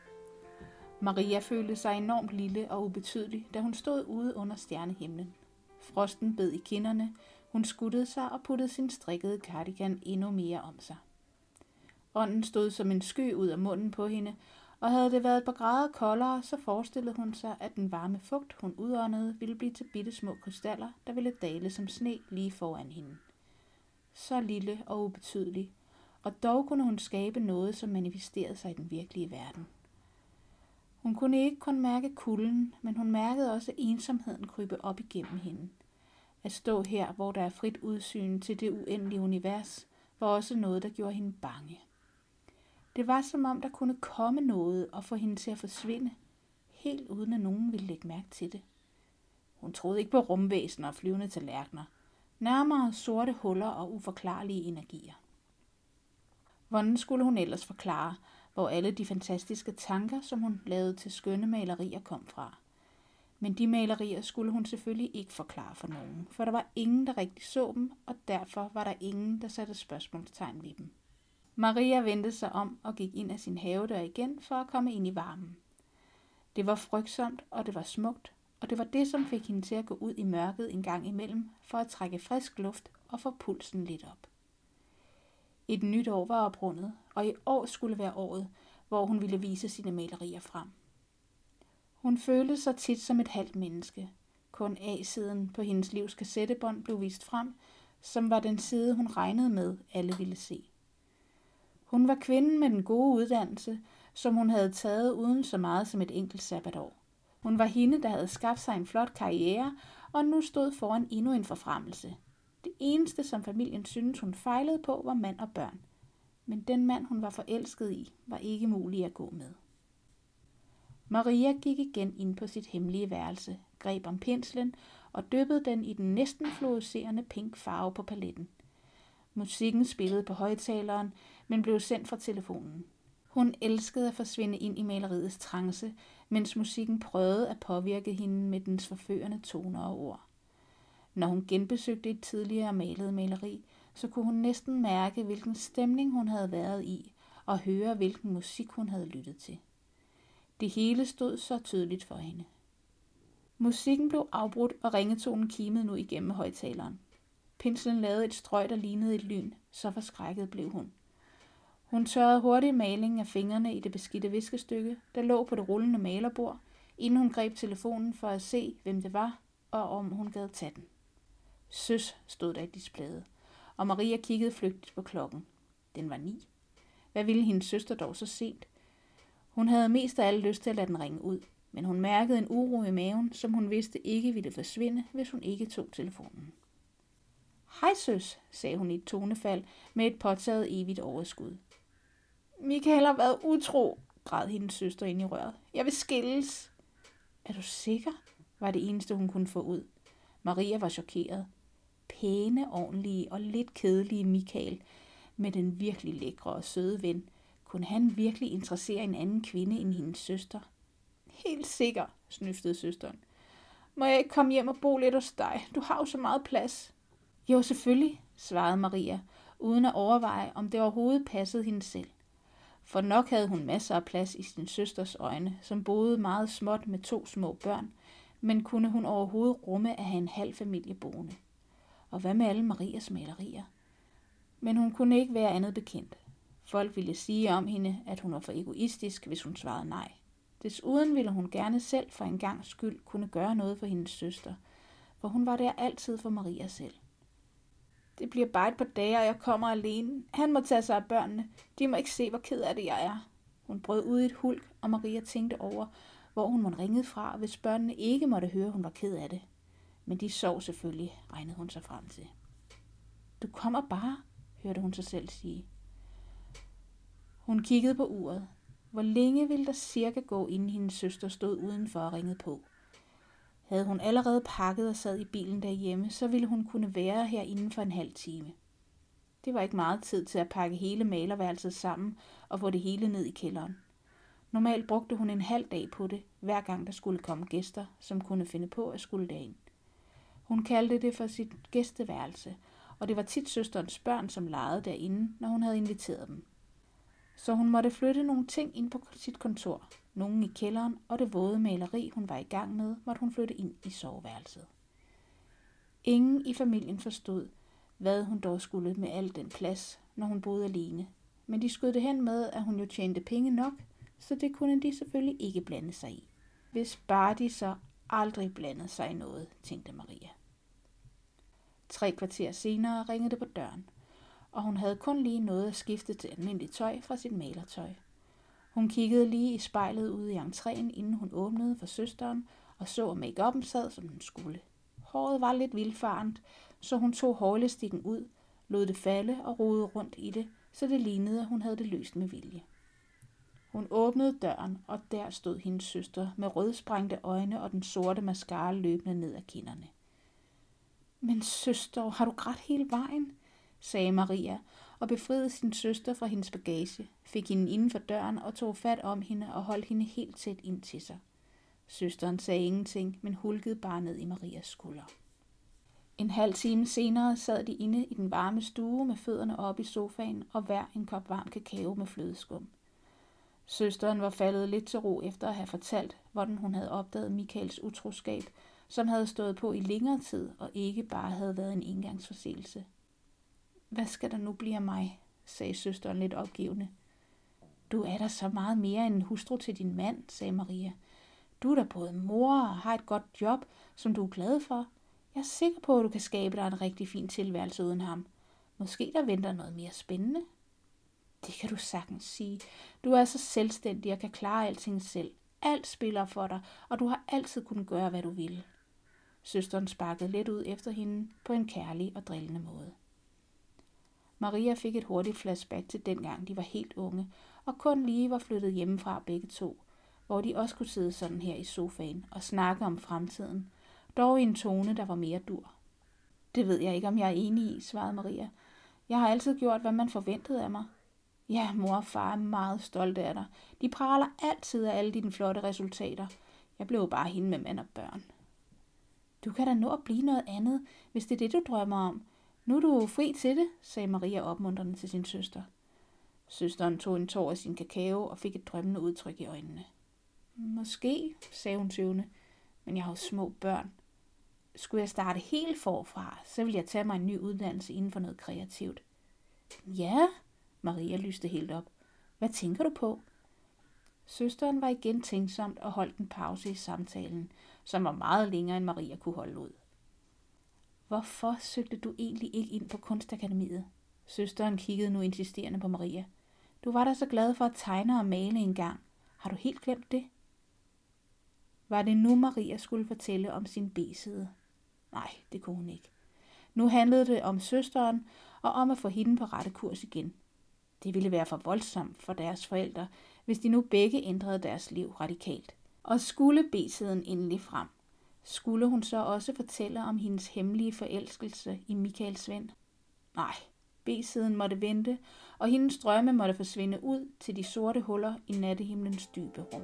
Maria følte sig enormt lille og ubetydelig, da hun stod ude under stjernehimlen. Frosten bed i kinderne, hun skuttede sig og puttede sin strikkede cardigan endnu mere om sig. Ånden stod som en sky ud af munden på hende, og havde det været et par grader koldere, så forestillede hun sig, at den varme fugt, hun udåndede, ville blive til bitte små krystaller, der ville dale som sne lige foran hende. Så lille og ubetydelig, og dog kunne hun skabe noget, som manifesterede sig i den virkelige verden. Hun kunne ikke kun mærke kulden, men hun mærkede også ensomheden krybe op igennem hende. At stå her, hvor der er frit udsyn til det uendelige univers, var også noget, der gjorde hende bange. Det var som om, der kunne komme noget og få hende til at forsvinde, helt uden at nogen ville lægge mærke til det. Hun troede ikke på rumvæsener og flyvende tallerkener, nærmere sorte huller og uforklarlige energier. Hvordan skulle hun ellers forklare, hvor alle de fantastiske tanker, som hun lavede til skønne malerier, kom fra? Men de malerier skulle hun selvfølgelig ikke forklare for nogen, for der var ingen, der rigtig så dem, og derfor var der ingen, der satte spørgsmålstegn ved dem. Maria vendte sig om og gik ind af sin havedør igen for at komme ind i varmen. Det var frygtsomt, og det var smukt, og det var det, som fik hende til at gå ud i mørket en gang imellem for at trække frisk luft og få pulsen lidt op. Et nyt år var oprundet, og i år skulle være året, hvor hun ville vise sine malerier frem. Hun følte sig tit som et halvt menneske. Kun A-siden på hendes livs kassettebånd blev vist frem, som var den side, hun regnede med, alle ville se. Hun var kvinden med den gode uddannelse, som hun havde taget uden så meget som et enkelt sabbatår. Hun var hende, der havde skabt sig en flot karriere, og nu stod foran endnu en forfremmelse. Det eneste, som familien syntes, hun fejlede på, var mand og børn. Men den mand, hun var forelsket i, var ikke mulig at gå med. Maria gik igen ind på sit hemmelige værelse, greb om penslen og dyppede den i den næsten fluorescerende pink farve på paletten. Musikken spillede på højttaleren, men blev sendt fra telefonen. Hun elskede at forsvinde ind i maleriets trance, mens musikken prøvede at påvirke hende med dens forførende toner og ord. Når hun genbesøgte et tidligere malet maleri, så kunne hun næsten mærke, hvilken stemning hun havde været i, og høre, hvilken musik hun havde lyttet til. Det hele stod så tydeligt for hende. Musikken blev afbrudt, og ringetonen kimede nu igennem højttaleren. Penslen lavede et strøg, der lignede et lyn, så forskrækket blev hun. Hun tørrede hurtigt malingen af fingrene i det beskidte viskestykke, der lå på det rullende malerbord, inden hun greb telefonen for at se, hvem det var, og om hun gad tage den. Søs, stod der i displayet, og Maria kiggede flygtigt på klokken. Den var ni. Hvad ville hendes søster dog så sent? Hun havde mest af alt lyst til at lade den ringe ud, men hun mærkede en uro i maven, som hun vidste ikke ville forsvinde, hvis hun ikke tog telefonen. Hej søs, sagde hun i et tonefald med et påtaget evigt overskud. Michael har været utro, græd hendes søster ind i røret. Jeg vil skilles. Er du sikker? Var det eneste, hun kunne få ud. Maria var chokeret. Pæne, ordentlige og lidt kedelige Michael med den virkelig lækre og søde ven. Kunne han virkelig interessere en anden kvinde end hendes søster? Helt sikker, snyftede søsteren. Må jeg ikke komme hjem og bo lidt hos dig? Du har jo så meget plads. Jo, selvfølgelig, svarede Maria, uden at overveje, om det overhovedet passede hende selv. For nok havde hun masser af plads i sin søsters øjne, som boede meget småt med to små børn, men kunne hun overhovedet rumme at have en halv familie boende? Og hvad med alle Marias malerier? Men hun kunne ikke være andet bekendt. Folk ville sige om hende, at hun var for egoistisk, hvis hun svarede nej. Desuden ville hun gerne selv for en gangs skyld kunne gøre noget for hendes søster, for hun var der altid for Maria selv. Det bliver bare et par dage, og jeg kommer alene. Han må tage sig af børnene. De må ikke se, hvor ked af det jeg er. Hun brød ud i et hulk, og Maria tænkte over, hvor hun måtte ringe fra, hvis børnene ikke måtte høre, hun var ked af det. Men de sov selvfølgelig, regnede hun sig frem til. Du kommer bare, hørte hun sig selv sige. Hun kiggede på uret. Hvor længe ville der cirka gå, inden hendes søster stod udenfor og ringede på? Havde hun allerede pakket og sad i bilen derhjemme, så ville hun kunne være her inden for en halv time. Det var ikke meget tid til at pakke hele malerværelset sammen og få det hele ned i kælderen. Normalt brugte hun en halv dag på det, hver gang der skulle komme gæster, som kunne finde på at skulle derind. Hun kaldte det for sit gæsteværelse, og det var tit søsterens børn, som legede derinde, når hun havde inviteret dem. Så hun måtte flytte nogle ting ind på sit kontor. Nogle i kælderen, og det våde maleri, hun var i gang med, måtte hun flytte ind i soveværelset. Ingen i familien forstod, hvad hun dog skulle med al den plads, når hun boede alene. Men de skød det hen med, at hun jo tjente penge nok, så det kunne de selvfølgelig ikke blande sig i. Hvis bare de så aldrig blandede sig i noget, tænkte Maria. Tre kvarter senere ringede det på døren, og hun havde kun lige noget at skifte til almindeligt tøj fra sit malertøj. Hun kiggede lige i spejlet ude i entréen, inden hun åbnede for søsteren, og så, at make-up'en sad, som den skulle. Håret var lidt vildfarent, så hun tog hårelastikken ud, lod det falde og rodede rundt i det, så det lignede, at hun havde det løst med vilje. Hun åbnede døren, og der stod hendes søster med rødsprængte øjne og den sorte mascara løbende ned ad kinderne. Men søster, har du grædt hele vejen? Sagde Maria, og befriede sin søster fra hendes bagage, fik hende inden for døren og tog fat om hende og holdt hende helt tæt ind til sig. Søsteren sagde ingenting, men hulkede bare ned i Marias skulder. En halv time senere sad de inde i den varme stue med fødderne oppe i sofaen og hver en kop varm kakao med flødeskum. Søsteren var faldet lidt til ro efter at have fortalt, hvordan hun havde opdaget Michaels utroskab, som havde stået på i længere tid og ikke bare havde været en engangsforseelse. Hvad skal der nu blive af mig, sagde søsteren lidt opgivende. Du er da så meget mere end en hustru til din mand, sagde Maria. Du er da både mor og har et godt job, som du er glad for. Jeg er sikker på, at du kan skabe dig en rigtig fin tilværelse uden ham. Måske der venter noget mere spændende. Det kan du sagtens sige. Du er så selvstændig og kan klare alting selv. Alt spiller for dig, og du har altid kunnet gøre, hvad du ville. Søsteren sparkede let ud efter hende på en kærlig og drillende måde. Maria fik et hurtigt flashback til dengang de var helt unge, og kun lige var flyttet hjemmefra begge to, hvor de også kunne sidde sådan her i sofaen og snakke om fremtiden, dog i en tone, der var mere dur. Det ved jeg ikke, om jeg er enig i, svarede Maria. Jeg har altid gjort, hvad man forventede af mig. Ja, mor og far er meget stolte af dig. De praler altid af alle dine flotte resultater. Jeg blev bare hende med mand og børn. Du kan da nå at blive noget andet, hvis det er det, du drømmer om. Nu er du fri til det, sagde Maria opmuntrende til sin søster. Søsteren tog en tår af sin kakao og fik et drømmende udtryk i øjnene. Måske, sagde hun tøvende, men jeg har jo små børn. Skulle jeg starte helt forfra, så ville jeg tage mig en ny uddannelse inden for noget kreativt. Ja, Maria lyste helt op. Hvad tænker du på? Søsteren var igen tænksomt og holdt en pause i samtalen, som var meget længere end Maria kunne holde ud. Hvorfor søgte du egentlig ikke ind på Kunstakademiet? Søsteren kiggede nu insisterende på Maria. Du var da så glad for at tegne og male engang. Har du helt glemt det? Var det nu, Maria skulle fortælle om sin B-side? Nej, det kunne hun ikke. Nu handlede det om søsteren og om at få hende på rette kurs igen. Det ville være for voldsomt for deres forældre, hvis de nu begge ændrede deres liv radikalt. Og skulle B-siden endelig frem, skulle hun så også fortælle om hendes hemmelige forelskelse i Michael Svend? Nej, B-siden måtte vente, og hendes drømme måtte forsvinde ud til de sorte huller i nattehimlens dybe rum.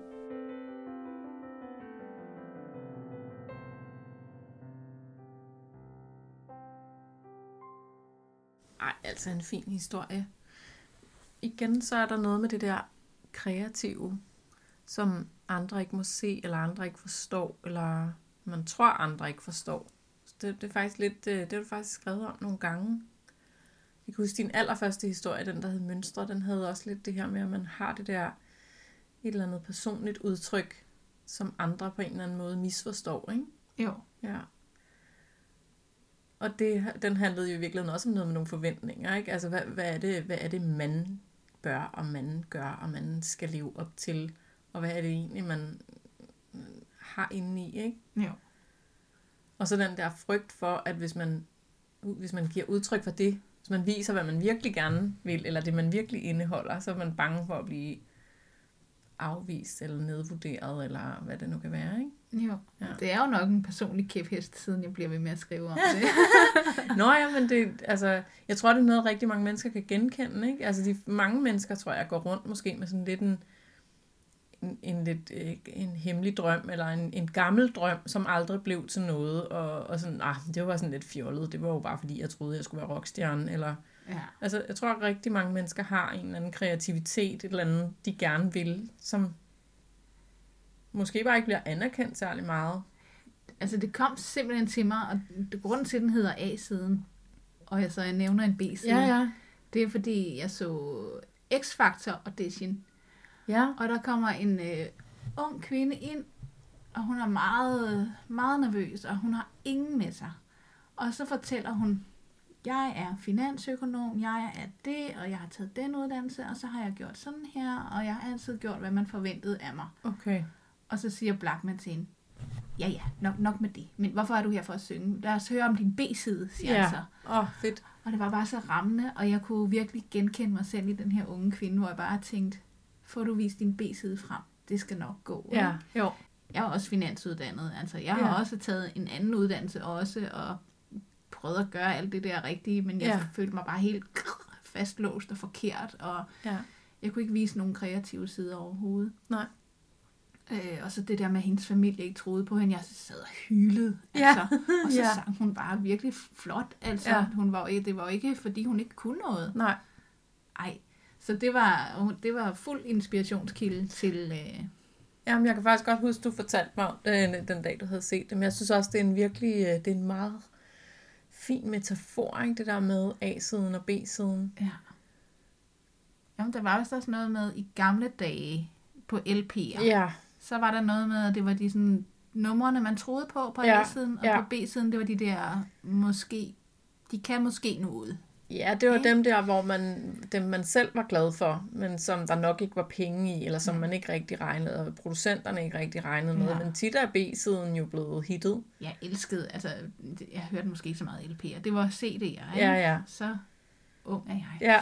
Ej, altså en fin historie. igen, så er der noget med det der kreative, som andre ikke må se, eller andre ikke forstår, eller man tror, andre ikke forstår. Så det, det er faktisk lidt, det har du faktisk skrevet om nogle gange. Jeg kan huske din allerførste historie, den der hed Mønstre, den havde også lidt det her med, at man har det der et eller andet personligt udtryk, som andre på en eller anden måde misforstår, ikke? Jo. Ja. Og det, den handlede jo i virkeligheden også om noget med nogle forventninger, ikke? Altså, hvad, hvad, er det, hvad er det, man bør, og man gør, og man skal leve op til? Og hvad er det egentlig, man har inde i, ikke? Jo. Og så den der frygt for, at hvis man, hvis man giver udtryk for det, hvis man viser, hvad man virkelig gerne vil, eller det, man virkelig indeholder, så er man bange for at blive afvist, eller nedvurderet, eller hvad det nu kan være, ikke? Jo. Ja. Det er jo nok en personlig kæphest, siden jeg bliver ved med at skrive om det. Nå ja, men det, altså, jeg tror, det er noget, rigtig mange mennesker kan genkende, ikke? Altså, de mange mennesker, tror jeg, går rundt måske med sådan lidt en, en, en, lidt, en hemmelig drøm, eller en, en gammel drøm, som aldrig blev til noget, og, og sådan, ah, det var sådan lidt fjollet, det var jo bare fordi, jeg troede, jeg skulle være rockstjerne, eller... Ja. Altså, jeg tror, at rigtig mange mennesker har en eller anden kreativitet, et eller andet, de gerne vil, som måske bare ikke bliver anerkendt særlig meget. Altså, det kom simpelthen til mig, og grunden til, den hedder A-siden, og jeg så jeg nævner en B-side, Ja, ja. det er fordi, jeg så X-Factor Audition, Ja. og der kommer en øh, ung kvinde ind, og hun er meget, meget nervøs, og hun har ingen med sig. Og så fortæller hun, jeg er finansøkonom, jeg er det, og jeg har taget den uddannelse, og så har jeg gjort sådan her, og jeg har altid gjort, hvad man forventede af mig. Okay. Og så siger Blachman til hende, ja ja, nok, nok med det, men hvorfor er du her for at synge? Lad os høre om din B-side, siger Ja. han så. Åh, oh, fedt. Og det var bare så rammende, og jeg kunne virkelig genkende mig selv i den her unge kvinde, hvor jeg bare tænkte, får du vist din B-side frem? Det skal nok gå. Ja, ikke? jo. Jeg er også finansuddannet, altså jeg Ja. har også taget en anden uddannelse også, og prøvet at gøre alt det der rigtige, men jeg Ja. følte mig bare helt fastlåst og forkert, og Ja. jeg kunne ikke vise nogen kreative sider overhovedet. Nej. Øh, og så det der med, at hendes familie ikke troede på hende, jeg sad og hylede, Ja. altså, og så Ja. sang hun bare virkelig flot, altså, Ja. hun var, jo- det var jo ikke, fordi hun ikke kunne noget. Nej. Ej, så det var, det var fuld inspirationskilde til... Øh, Jamen, jeg kan faktisk godt huske, du fortalte mig om det, den dag, du havde set det, men jeg synes også, det er en virkelig, det er en meget fin metafor, ikke? Det der med A-siden og B-siden. ja. Jamen, der var vist også noget med, i gamle dage på L P'er, Ja. så var der noget med, at det var de sådan, numrene, man troede på på Ja, A-siden, og ja. på B-siden, det var de der, måske, de kan måske noget. Ja, det var Ikke? dem der, hvor man, dem man selv var glad for, men som der nok ikke var penge i, eller som Mm. man ikke rigtig regnede, og producenterne ikke rigtig regnede med. Ja. Men tit er B-siden jo blevet hittet. Jeg elskede, altså, det- jeg hørte måske ikke så meget L P'er, det var C D'er, ikke? Ja, ja. Så ung er jeg. Ja.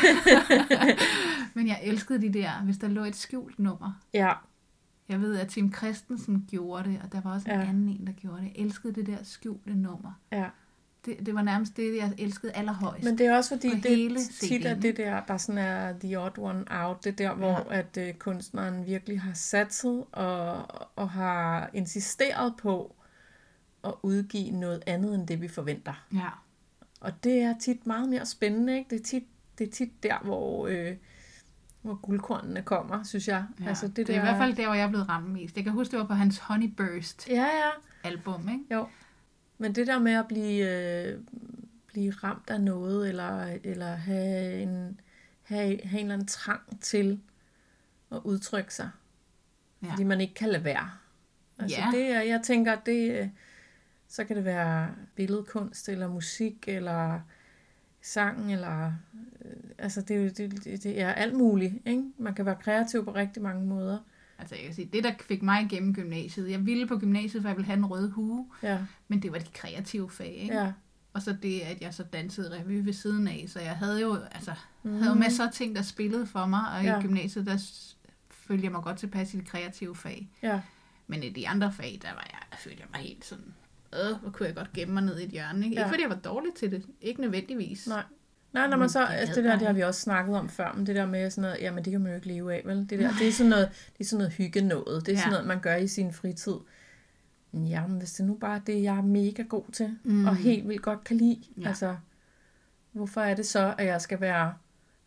Men jeg elskede de der, hvis der lå et skjult nummer. Ja. Jeg ved, at Tim Christensen gjorde det, og der var også en Ja. anden en, der gjorde det. Jeg elskede det der skjulte nummer. Ja. Det, det var nærmest det, jeg elskede allerhøjst. Men det er også fordi, På det hele tit er C D'en. det der, der sådan er the odd one out. Det er der, hvor Ja. at øh, kunstneren virkelig har satset og, og har insisteret på at udgive noget andet end det, vi forventer. Ja. Og det er tit meget mere spændende, ikke? Det er tit, det er tit der, hvor, øh, hvor guldkornene kommer, synes jeg. Ja. Altså, det, det der... er i hvert fald der, hvor jeg er blevet ramt mest. Jeg kan huske, det var på hans Honey Burst Ja, ja. album, ikke? Jo. Men det der med at blive, øh, blive ramt af noget, eller, eller have, en, have, have en eller anden trang til at udtrykke sig, Ja. fordi man ikke kan lade være. Altså, Ja. det er, jeg tænker, det, øh, så kan det være billedkunst, eller musik, eller sang, eller øh, altså det, er jo- det, det, det er alt muligt, ikke? Man kan være kreativ på rigtig mange måder. Altså, jeg kan sige, det der fik mig igennem gymnasiet. Jeg ville på gymnasiet, for jeg ville have en rød hue, Ja, men det var de kreative fag, ikke? ja. Og så det, at jeg så dansede revy ved siden af, så jeg havde jo, altså, Mm. havde jo masser af ting, der spillede for mig, og Ja. i gymnasiet, der s- følte jeg mig godt tilpas i de kreative fag. Ja, Men i de andre fag, der var jeg, der følte jeg mig helt sådan, øh, hvor kunne jeg godt gemme mig ned i et hjørne, ikke? Ja. Ikke fordi jeg var dårlig til det, ikke nødvendigvis. nej. Nej, når Men man så, det altså gad det der, bare det har vi ikke. også snakket om før, men det der med sådan noget, jamen det kan man jo ikke leve af, vel? Det, der, det er sådan noget, det er sådan noget hygge noget. Det er sådan Ja. noget, man gør i sin fritid. Jamen, hvis det nu bare er det, jeg er mega god til, Mm. og helt vildt godt kan lide, Ja. altså, hvorfor er det så, at jeg skal være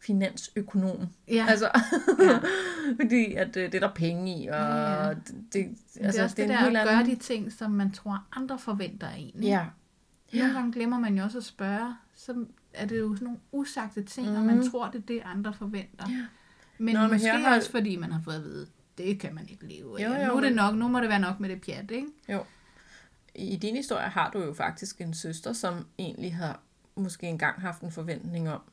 finansøkonom. Ja. Altså, ja. fordi at øh, det er der penge i, og Ja, ja. det, det, Det altså, er også det det, er der en helt at gøre anden... de ting, som man tror, andre forventer af en. Ikke? Ja. Nogle gange glemmer man jo også at spørge, så er det jo sådan nogle usagte ting, mm. og Mhm. man tror, det er det, andre forventer. Ja. Men Nå, men måske her har- også, fordi man har fået at vide, det kan man ikke leve af. Jo, jo, nu er det men- nok, nu må det være nok med det pjat, ikke? Jo. I din historie har du jo faktisk en søster, som egentlig har måske engang haft en forventning om,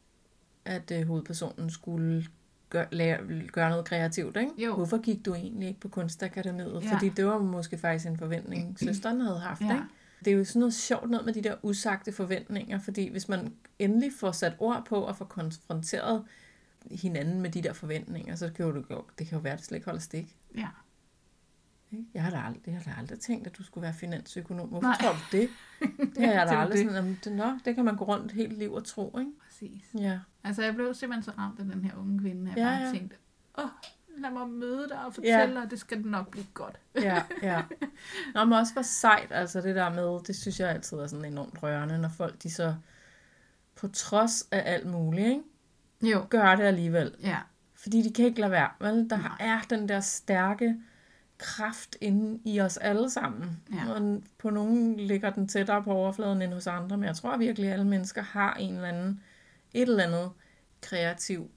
at øh, hovedpersonen skulle gøre, lære, gøre noget kreativt, ikke? Jo. Hvorfor gik du egentlig ikke på kunstakademiet? Ja. Fordi det var måske faktisk en forventning, søsteren havde haft, Ja. ikke? Det er jo sådan noget sjovt noget med de der usagte forventninger, fordi hvis man endelig får sat ord på og får konfronteret hinanden med de der forventninger, så kan jo det, gå- det kan jo være, at det slet ikke holder stik. Ja. Ikke? Jeg har da aldrig, jeg har da aldrig tænkt, at du skulle være finansøkonom. Hvorfor Nej. tror du det? Det har jeg det da er jo aldrig det. sådan, jamen, det, nå, det kan man gå rundt hele liv og tro, ikke? Præcis. Ja. Altså, jeg blev simpelthen så ramt af den her unge kvinde, at jeg Ja, bare ja. tænkte, åh, lad mig møde dig og fortælle Ja. dig, at det skal nok blive godt. Ja, ja. Nå, men også for sejt, altså det der med, det synes jeg altid er sådan enormt rørende, når folk de så på trods af alt muligt, ikke, Jo. gør det alligevel. Ja. Fordi de kan ikke lade være, vel? Der Nej. er den der stærke kraft inde i os alle sammen. Ja. Og på nogen ligger den tættere på overfladen end hos andre, men jeg tror virkelig, at alle mennesker har en eller anden, et eller andet kreativ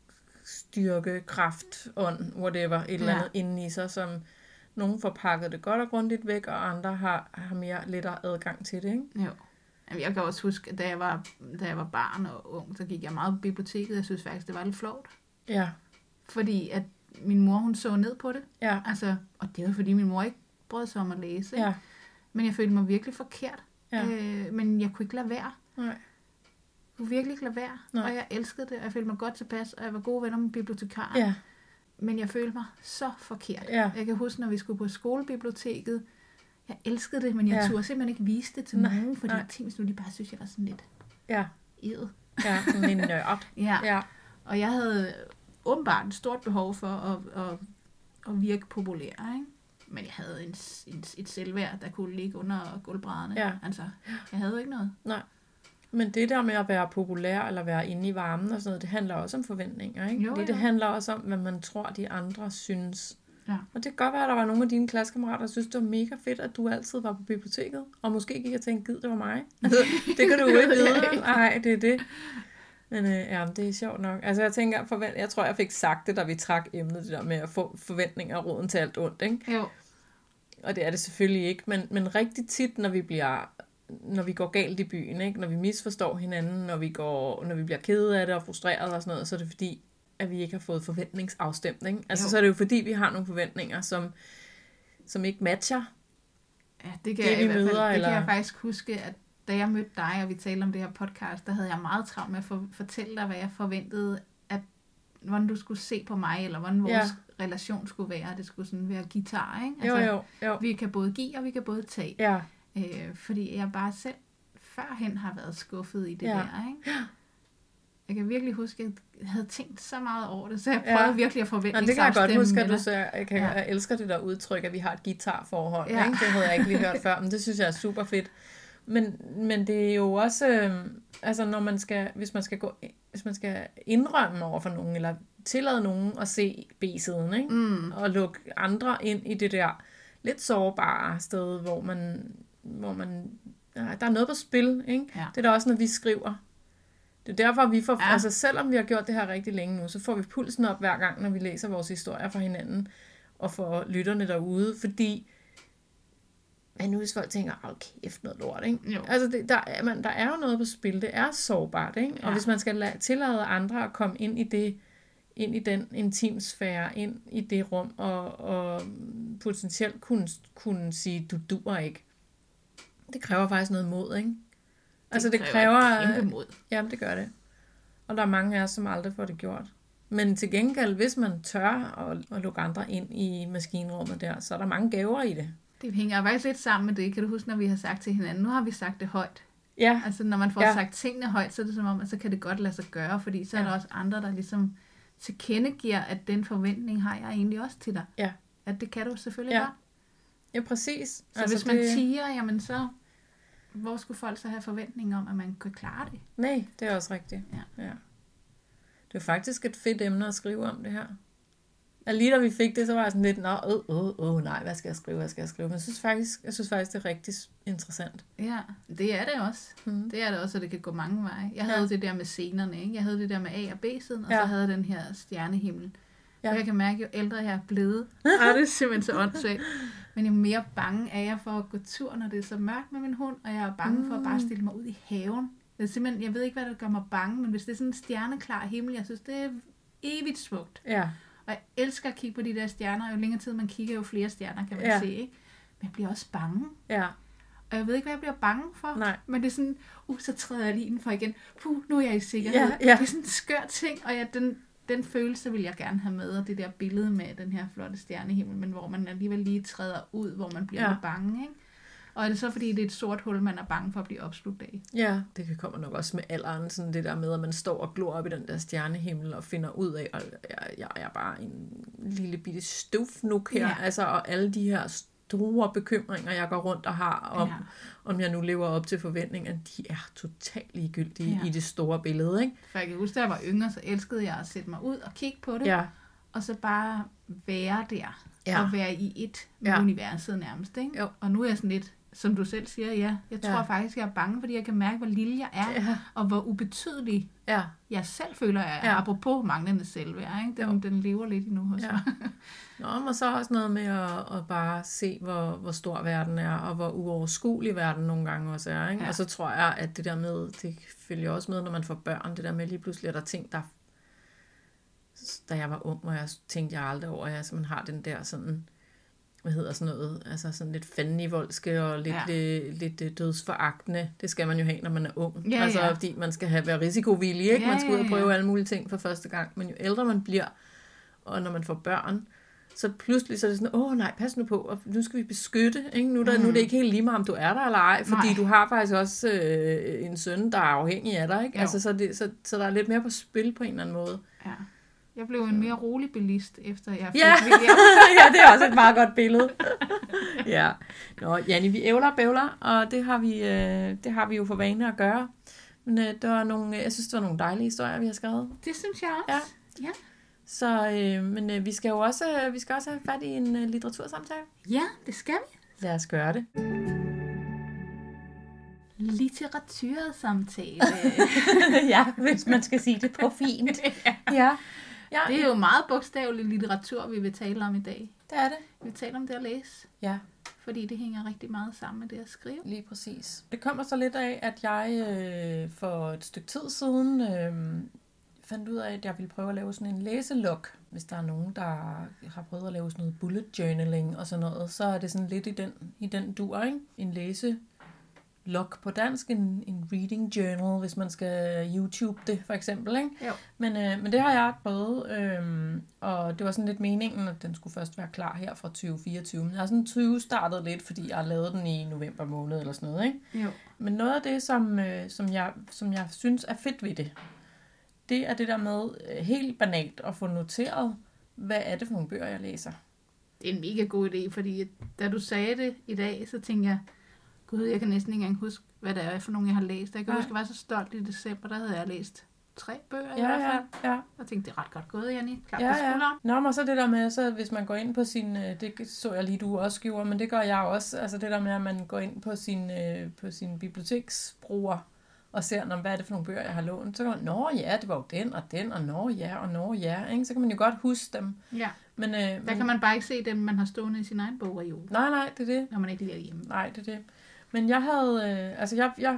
styrke, kraft, ånd, whatever, et eller Ja. andet inde i sig, som nogen får pakket det godt og grundigt væk, og andre har, har mere lettere adgang til det, ikke? Jo. Jamen, jeg kan også huske, at da jeg, var, da jeg var barn og ung, så gik jeg meget på biblioteket. Jeg synes faktisk, det var lidt flovt. Ja, Fordi at min mor, hun så ned på det. ja, Altså, og det var fordi min mor ikke brød sig om at læse. Ikke? ja, Men jeg følte mig virkelig forkert. ja, Øh, men jeg kunne ikke lade være. nej, Jeg kunne virkelig ikke lade være. Nej. Og jeg elskede det, og jeg følte mig godt tilpas, og jeg var gode venner med bibliotekaren. ja, Men jeg følte mig så forkert. ja, Jeg kan huske, når vi skulle på skolebiblioteket, jeg elskede det, men jeg Ja. turde simpelthen ikke vise det til Nej, nogen, fordi nej. jeg tænkte, nu de bare synes, jeg var sådan lidt ja, irret. ja, sådan en nørd. Ja. Ja, Og jeg havde åbenbart et stort behov for at, at, at virke populær, ikke? Men jeg havde en, en, et selvværd, der kunne ligge under gulvbrædderne. Ja. Altså, jeg havde jo ikke noget. men det der med at være populær eller være inde i varmen og sådan noget, det handler også om forventninger, ikke? Jo, Fordi jo. det handler også om, hvad man tror, de andre synes. Ja. Og det kan godt være, at der var nogle af dine klassekammerater, der synes, det var mega fedt, at du altid var på biblioteket. Og måske gik jeg tænke, gid, det var mig. Altså, det kan du jo ikke vide. Nej, det er det. Men øh, ja, det er sjovt nok. Altså jeg tænker, forvent... jeg tror, jeg fik sagt det, da vi trak emnet, det der med at få forventninger og roden til alt ondt, ikke? Jo. Og det er det selvfølgelig ikke, men, men rigtig tit, når vi bliver, når vi går galt i byen, ikke? Når vi misforstår hinanden, når vi, går, når vi bliver kede af det og frustreret og sådan noget, så er det fordi, at vi ikke har fået forventningsafstemt, ikke? Altså Jo. så er det jo fordi, vi har nogle forventninger, som, som ikke matcher. Ja, det kan, Det, jeg, vi i hvert fald, møder, det eller- kan jeg faktisk huske, at da jeg mødte dig, og vi talte om det her podcast, der havde jeg meget travlt med at for, fortælle dig, hvad jeg forventede, at hvordan du skulle se på mig, eller hvordan vores Ja. relation skulle være. Det skulle sådan være guitar, ikke? Jo, jo, jo. Vi kan både give, og vi kan både tage. Ja, Øh, fordi jeg bare selv førhen har været skuffet i det Ja. der, ikke? Jeg kan virkelig huske, at jeg havde tænkt så meget over det, så jeg Ja. prøvede virkelig at forvente. og det kan jeg godt huske, at du så, jeg, kan, Ja. jeg elsker det der udtryk, at vi har et guitarforhold, Ja. ikke? Det havde jeg ikke lige hørt før, men det synes jeg er super fedt. Men, men det er jo også, øh, altså når man skal, hvis man skal gå, hvis man skal indrømme over for nogen, eller tillade nogen at se B-siden, ikke? Mm. Og lukke andre ind i det der lidt sårbare sted, hvor man, hvor man, der er noget på spil, ikke? Ja. Det er der også, når vi skriver. Det er derfor, vi får, Ja. ja. altså selvom vi har gjort det her rigtig længe nu, så får vi pulsen op hver gang, når vi læser vores historier fra hinanden, og for lytterne derude, fordi, men nu hvis folk tænker, åh kæft, noget lort, ikke? Jo. Altså, det, der, er, man, der er jo noget på spil, det er sårbart, ikke? Ja. Og hvis man skal lade, tillade andre at komme ind i det, ind i den intimsfære, ind i det rum, og, og potentielt kunne, kunne sige, du duer ikke. Det kræver faktisk noget mod, ikke? Altså det kræver, et kæmpe mod. jamen det gør det. Og der er mange af os, som aldrig får det gjort. Men til gengæld, hvis man tør at, at lukke andre ind i maskinrummet der, så er der mange gaver i det. Det hænger faktisk lidt sammen med det. Kan du huske, når vi har sagt til hinanden, nu har vi sagt det højt. Ja, Altså når man får Ja. ja. sagt tingene højt, så er det som om, at så kan det godt lade sig gøre, fordi så er Ja. der også andre, der ligesom tilkendegiver, at den forventning har jeg egentlig også til dig. Ja. At det kan du selvfølgelig Ja. godt. ja præcis. Så altså hvis man det, tiger, jamen så, hvor skulle folk så have forventninger om, at man kan klare det? Nej, det er også rigtigt. Ja. Ja. Det er faktisk et fedt emne at skrive om det her. Og lige da vi fik det, så var jeg sådan lidt, nå, åh, åh, åh, nej, hvad skal jeg skrive, hvad skal jeg skrive? Men jeg synes faktisk, jeg synes faktisk det er rigtig interessant. Ja, det er det også. Mm. Det er det også, og det kan gå mange veje. Jeg havde ja. det der med scenerne, ikke? Jeg havde det der med A- og B-siden, og ja. så havde jeg den her stjernehimmel. Ja. Og jeg kan mærke, jo ældre jeg er blevet, og det er simpelthen så åndssvagt, men jo mere bange er jeg for at gå tur, når det er så mørkt med min hund, og jeg er bange mm. for at bare stille mig ud i haven. Det er simpelthen, jeg ved ikke, hvad der gør mig bange, men hvis det er sådan en stjerneklar himmel, jeg synes, det er evigt smukt. Ja. Og jeg elsker at kigge på de der stjerner. Jo længere tid man kigger, jo flere stjerner kan man ja. se. Ikke? Men jeg bliver også bange. Ja. Og jeg ved ikke, hvad jeg bliver bange for. Nej. Men det er sådan, uh, så træder jeg lige indenfor igen. Puh, nu er jeg i sikkerhed. Ja, ja. Det er sådan en skør ting, og jeg, den, den følelse vil jeg gerne have med. Og det der billede med den her flotte stjernehimmel, men hvor man alligevel lige træder ud, hvor man bliver ja. lidt bange. Ikke? Og er det så, fordi det er et sort hul, man er bange for at blive opslugt af? Ja, det kommer nok også med alderen, sådan det der med, at man står og glor op i den der stjernehimmel og finder ud af, at jeg, jeg er bare en lille bitte stufnuk her, ja. altså, og alle de her store bekymringer, jeg går rundt og har, om, ja. om jeg nu lever op til forventningerne, de er totalt ligegyldige ja. i det store billede. Ikke? For jeg kan huske, da jeg var yngre, så elskede jeg at sætte mig ud og kigge på det, ja. og så bare være der, ja. og være i et med ja. universet nærmest. Ikke? Jo. Og nu er jeg sådan lidt, som du selv siger, ja, jeg tror ja. faktisk, jeg er bange, fordi jeg kan mærke, hvor lille jeg er, ja. og hvor ubetydelig ja. jeg selv føler, jeg er, ja. apropos manglende selvværd. Ikke? Den, den lever lidt endnu hos ja. mig. Nå, og så også noget med at, at bare se, hvor, hvor stor verden er, og hvor uoverskuelig verden nogle gange også er. Ikke? Ja. Og så tror jeg, at det der med, det følger også med, når man får børn, det der med lige pludselig, at der er ting, der, da jeg var ung, hvor jeg tænkte, jeg aldrig over, at jeg simpelthen har den der sådan, hvad hedder sådan noget, altså sådan lidt fandenivoldske og lidt, ja. lidt, lidt dødsforagtende. Det skal man jo have, når man er ung. Ja, altså, ja. fordi man skal have, være risikovillig, ikke? Ja, man skal ud og prøve ja, ja. alle mulige ting for første gang. Men jo ældre man bliver, og når man får børn, så pludselig så er det sådan, åh nej, pas nu på, og nu skal vi beskytte, ikke? Nu, der, mm. nu er det ikke helt lige meget, om du er der eller ej, fordi nej. du har faktisk også øh, en søn, der er afhængig af dig, ikke? Altså, så, det, så, så der er lidt mere på spil på en eller anden måde. Ja. Jeg blev en mere rolig bilist, efter jeg fik ja. ja, det er også et meget godt billede. ja. Nå, Janni, vi ævler og bævler, og det har vi, øh, det har vi jo for vane at gøre. Men øh, der var nogle, jeg synes, det var nogle dejlige historier, vi har skrevet. Det synes jeg også. Ja. ja. Så, øh, men øh, vi skal jo også, øh, vi skal også have fat i en øh, litteratursamtale. Ja, det skal vi. Lad os gøre det. Litteratursamtale. ja, hvis man skal sige det på fint. ja. ja. Ja, det er jo meget bogstavelig litteratur, vi vil tale om i dag. Det er det. Vi vil tale om det at læse. Ja. Fordi det hænger rigtig meget sammen med det at skrive. Lige præcis. Det kommer så lidt af, at jeg øh, for et stykke tid siden øh, fandt ud af, at jeg ville prøve at lave sådan en læselog. Hvis der er nogen, der har prøvet at lave sådan noget bullet journaling og sådan noget, så er det sådan lidt i den, i den dur, ikke? En læse log på dansk, en, en reading journal, hvis man skal YouTube det, for eksempel. Ikke? Jo. Men, øh, men det har jeg prøvet, øh, og det var sådan lidt meningen, at den skulle først være klar her fra tyve fireogtyve. Men jeg har sådan tyve startet lidt, fordi jeg har lavet den i november måned eller sådan noget. Ikke? Jo. Men noget af det, som, øh, som, jeg, som jeg synes er fedt ved det, det er det der med øh, helt banalt at få noteret, hvad er det for nogle bøger, jeg læser. Det er en mega god idé, fordi da du sagde det i dag, så tænkte jeg, gud, jeg kan næsten ikke engang huske, hvad det er for nogle, jeg har læst. Jeg kan ja. huske, at jeg var så stolt i december, der havde jeg læst tre bøger ja, i hvert fald. Ja, ja. Jeg tænkte, det er ret godt gået, Janni. Klap ja, på skulderen. Ja. Nå, men så det der med, så hvis man går ind på sin, det så jeg lige, du også gjorde, men det gør jeg også, altså det der med, at man går ind på sin, på sin biblioteksbruger, og ser, hvad er det for nogle bøger, jeg har lånt, så kan man, nå ja, det var jo den, og den, og nå ja, og nå ja, ikke? Så kan man jo godt huske dem. Ja. Men, øh, der men, kan man bare ikke se dem, man har stående i sin egen bogreol. Nej, nej, det er det. Når man ikke lige er hjemme. Nej, det er det. Men jeg havde, øh, altså jeg, jeg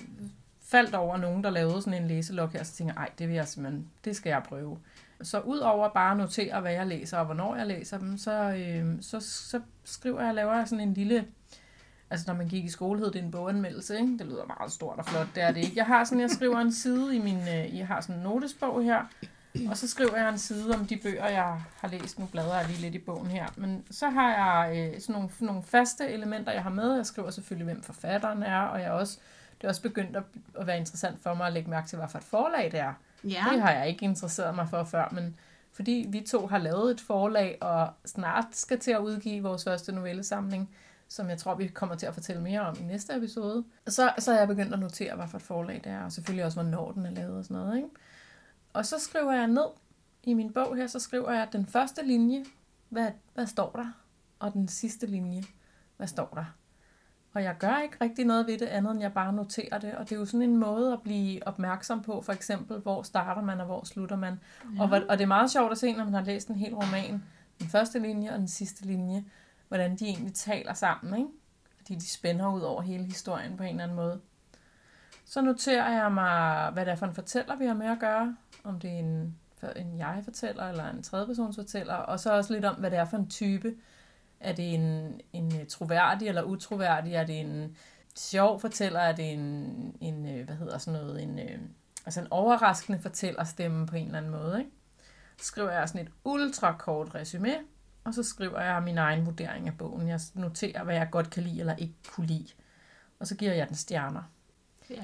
faldt over nogen, der lavede sådan en læselog her, så tænkte jeg, ej, det vil jeg simpelthen, det skal jeg prøve. Så ud over bare at notere, hvad jeg læser, og hvornår jeg læser dem, så, øh, så, så skriver jeg, laver jeg sådan en lille, altså når man gik i skole, hed det en boganmeldelse, ikke? Det lyder meget stort og flot, det er det ikke. Jeg har sådan, jeg skriver en side i min, øh, jeg har sådan en notesbog her, og så skriver jeg en side om de bøger, jeg har læst. Nu bladrer jeg lige lidt i bogen her. Men så har jeg øh, sådan nogle, nogle faste elementer, jeg har med. Jeg skriver selvfølgelig, hvem forfatteren er, og jeg er også, det er også begyndt at, at være interessant for mig at lægge mærke til, hvad for et forlag det er. Ja. Det har jeg ikke interesseret mig for før, men fordi vi to har lavet et forlag, og snart skal til at udgive vores første novellesamling, som jeg tror, vi kommer til at fortælle mere om i næste episode, så, så er jeg begyndt at notere, hvad for et forlag det er, og selvfølgelig også, hvornår den er lavet og sådan noget, ikke? Og så skriver jeg ned i min bog her, så skriver jeg den første linje, hvad, hvad står der? Og den sidste linje, hvad står der? Og jeg gør ikke rigtig noget ved det andet, end jeg bare noterer det. Og det er jo sådan en måde at blive opmærksom på, for eksempel, hvor starter man og hvor slutter man. Ja. Og, og det er meget sjovt at se, når man har læst en hel roman, den første linje og den sidste linje, hvordan de egentlig taler sammen, ikke? Fordi de spænder ud over hele historien på en eller anden måde. Så noterer jeg mig, hvad det er for en fortæller, vi har med at gøre. Om det er en, en jeg-fortæller eller en tredjepersons fortæller. Og så også lidt om, hvad det er for en type. Er det en, en troværdig eller utroværdig? Er det en sjov fortæller? Er det en, en hvad hedder sådan noget, en, altså en overraskende fortællerstemme på en eller anden måde, ikke? Så skriver jeg sådan et ultra kort resumé, og så skriver jeg min egen vurdering af bogen. Jeg noterer, hvad jeg godt kan lide eller ikke kunne lide. Og så giver jeg den stjerner. Ja.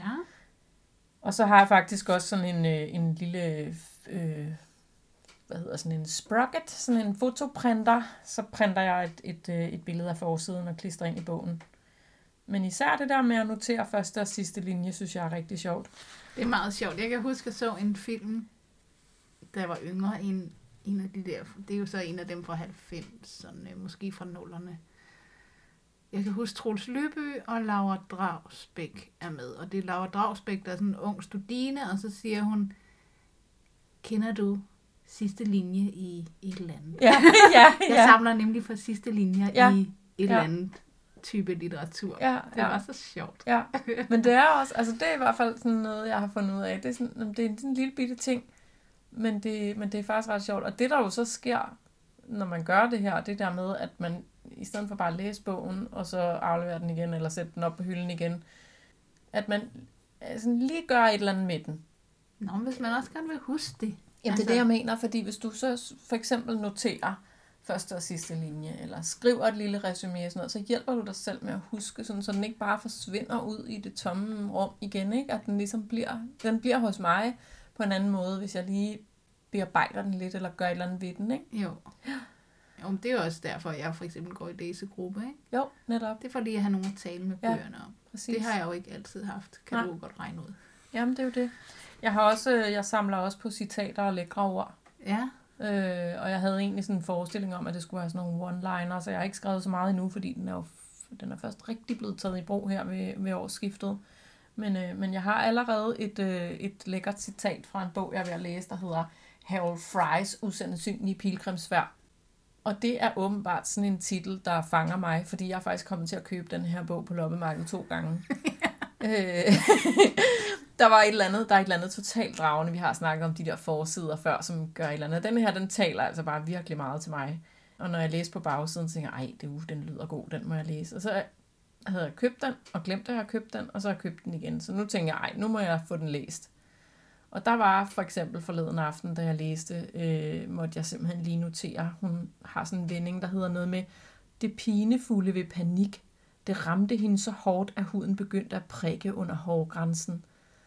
Og så har jeg faktisk også sådan en, en lille... Øh, hvad hedder sådan en sprocket, sådan en fotoprinter, så printer jeg et, et, et billede af forsiden og klistrer ind i bogen. Men især det der med at notere første og sidste linje, synes jeg er rigtig sjovt. Det er meget sjovt. Jeg kan huske, at jeg så en film, da jeg var yngre, en, en af de der, det er jo så en af dem fra halvfemserne, måske fra nullerne. Jeg kan huske, Troels Løbø og Laura Dragsbæk er med, og det er Laura Dragsbæk, der er sådan en ung studine, og så siger hun, kender du sidste linje i et eller andet? Ja, ja, ja. Jeg samler nemlig for sidste linjer ja. i et ja. eller andet type litteratur. Ja, det ja. var så sjovt. Ja, men det er også, altså det er i hvert fald sådan noget, jeg har fundet ud af. Det er sådan, det er sådan en lille bitte ting, men det, men det er faktisk ret sjovt. Og det der jo så sker, når man gør det her, det der med, at man i stedet for bare at læse bogen, og så aflevere den igen, eller sætte den op på hylden igen, at man altså, lige gør et eller andet med den. Nå, hvis man også gerne vil huske det. Jamen altså, det er det, jeg mener, fordi hvis du så for eksempel noterer første og sidste linje, eller skriver et lille resumé og sådan noget, så hjælper du dig selv med at huske, sådan, så den ikke bare forsvinder ud i det tomme rum igen, ikke? At den ligesom bliver, den bliver hos mig på en anden måde, hvis jeg lige bearbejder den lidt, eller gør et eller andet ved den, ikke? Jo. Jo, men det er jo også derfor, at jeg for eksempel går i læsegruppe, ikke? Jo, netop. Det er fordi, jeg har nogen at tale med ja, bøgerne om. Præcis. Det har jeg jo ikke altid haft, kan Nej. du godt regne ud. Jamen, det er jo det. Jeg har også, jeg samler også på citater og lækre ord. Ja. Øh, og jeg havde egentlig sådan en forestilling om, at det skulle være sådan nogle one-liner, så jeg har ikke skrevet så meget endnu, fordi den er jo den er først rigtig blevet taget i brug her ved, ved årsskiftet. Men, øh, men jeg har allerede et, øh, et lækkert citat fra en bog, jeg er ved at læse, der hedder Harold Frys Usandsynlige pilgrimsfærd. Og det er åbenbart sådan en titel, der fanger mig, fordi jeg er faktisk kommet til at købe den her bog på loppemarkedet to gange. øh, der var et eller andet, der er et eller andet totalt dragende. Vi har snakket om de der forsider før, som gør et eller andet. Den her, den taler altså bare virkelig meget til mig. Og når jeg læste på bagsiden, så tænker jeg, ej, det, uh, den lyder god, den må jeg læse. Og så havde jeg købt den, og glemt, at jeg havde købt den, og så har jeg købt den igen. Så nu tænker jeg, ej, nu må jeg få den læst. Og der var for eksempel forleden aften, da jeg læste, øh, måtte jeg simpelthen lige notere, hun har sådan en vending, der hedder noget med, det pinefulde ved panik, det ramte hende så hårdt, at huden begyndte at prikke under hårgrænsen.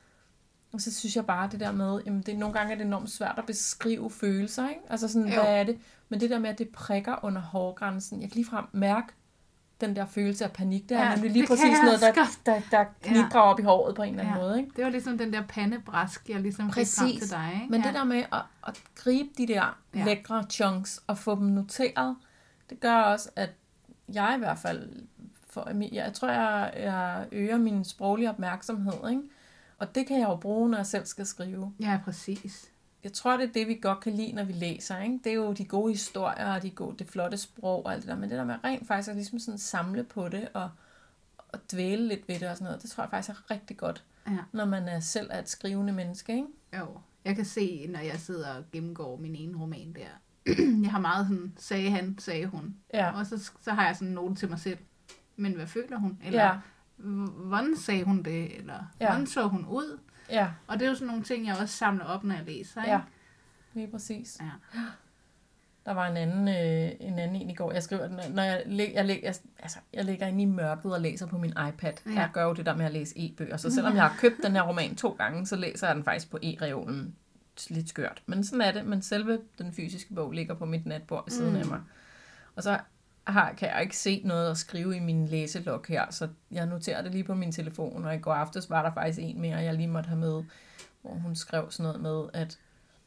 Og så synes jeg bare det der med, jamen det, nogle gange er det enormt svært at beskrive følelser, ikke? Altså sådan, jo. Hvad er det? Men det der med, at det prikker under hårgrænsen, jeg kan ligefrem mærke den der følelse af panik, det er ja, nemlig lige præcis noget, der, der, der knitrer ja. op i håret på en eller anden ja. måde, ikke? Det var ligesom den der pandebræsk, jeg ligesom fik frem til dig, ikke? Men ja. det der med at, at gribe de der ja. lækre chunks og få dem noteret, det gør også, at jeg i hvert fald, for, jeg tror, jeg, jeg øger min sproglige opmærksomhed, ikke? Og det kan jeg jo bruge, når jeg selv skal skrive. Ja, præcis. Jeg tror, det er det, vi godt kan lide, når vi læser, ikke? Det er jo de gode historier, og de gode, det flotte sprog og alt det der. Men det der med rent faktisk at ligesom sådan samle på det, og, og dvæle lidt ved det og sådan noget, det tror jeg faktisk er rigtig godt, ja. Når man er selv er et skrivende menneske, ikke? Jo, jeg kan se, når jeg sidder og gennemgår min ene roman der. Jeg har meget sådan, sagde han, sagde hun. Ja. Og så, så har jeg sådan en note til mig selv. Men hvad føler hun? Eller ja. hvordan sagde hun det? Eller ja. hvordan så hun ud? Ja. Og det er jo sådan nogle ting, jeg også samler op, når jeg læser, ikke? Ja, lige præcis. Ja. Der var en anden, øh, en anden en i går. Jeg skriver, når jeg, læ- jeg, læ- jeg, altså, jeg ligger inde i mørket og læser på min iPad. Ja. Jeg gør jo det der med at læse e-bøger. Så selvom jeg har købt den her roman to gange, så læser jeg den faktisk på e-reolen. Lidt skørt. Men sådan er det. Men selve den fysiske bog ligger på mit natbord ved siden mm. af mig. Og så har, kan jeg ikke se noget at skrive i min læselog her, så jeg noterer det lige på min telefon, og i går aftes var der faktisk en mere, jeg lige måtte have med, hvor hun skrev sådan noget med, at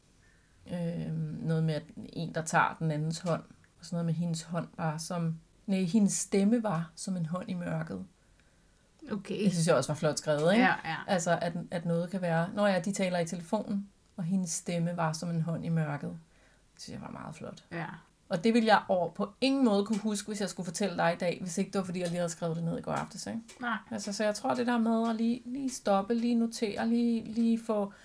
Øh, noget med at en, der tager den andens hånd. Og sådan noget med hendes hånd var som... Nej, hendes stemme var som en hånd i mørket. Okay. Det synes jeg også var flot skrevet, ikke? Ja, ja. Altså, at, at noget kan være... Nå ja, de taler i telefonen, og hendes stemme var som en hånd i mørket. Det synes jeg var meget flot. Ja. Og det ville jeg over på ingen måde kunne huske, hvis jeg skulle fortælle dig i dag, hvis ikke det var, fordi jeg lige havde skrevet det ned i går aftes, ikke? Nej. Altså, så jeg tror, det der med at lige, lige stoppe, lige notere, lige, lige få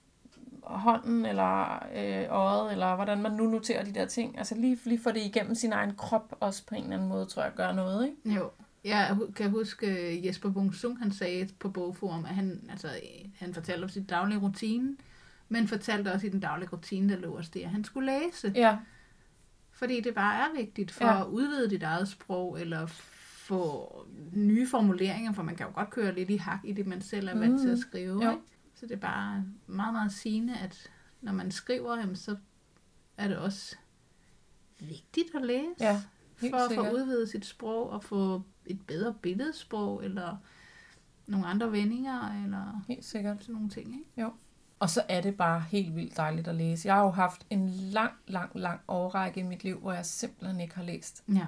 hånden eller øh, øjet, eller hvordan man nu noterer de der ting. Altså lige, lige få det igennem sin egen krop også på en eller anden måde, tror jeg, gør noget, ikke? Jo. Jeg kan huske Jesper Bungsung, han sagde på Bogforum, at han, altså, han fortalte om sit daglige rutine, men fortalte også i den daglige rutine, der lå også det, at han skulle læse. Ja. Fordi det bare er vigtigt for Ja. at udvide dit eget sprog, eller få nye formuleringer, for man kan jo godt køre lidt i hak i det, man selv er vant Mm. til at skrive. Jo. Ikke? Så det er bare meget, meget sigende, at når man skriver, jamen, så er det også vigtigt at læse. Ja, helt for at sikkert. få udvidet sit sprog, og få et bedre billedsprog, eller nogle andre vendinger, eller Helt sikkert. sådan nogle ting. Ikke? Og så er det bare helt vildt dejligt at læse. Jeg har jo haft en lang, lang, lang årrække i mit liv, hvor jeg simpelthen ikke har læst. Ja.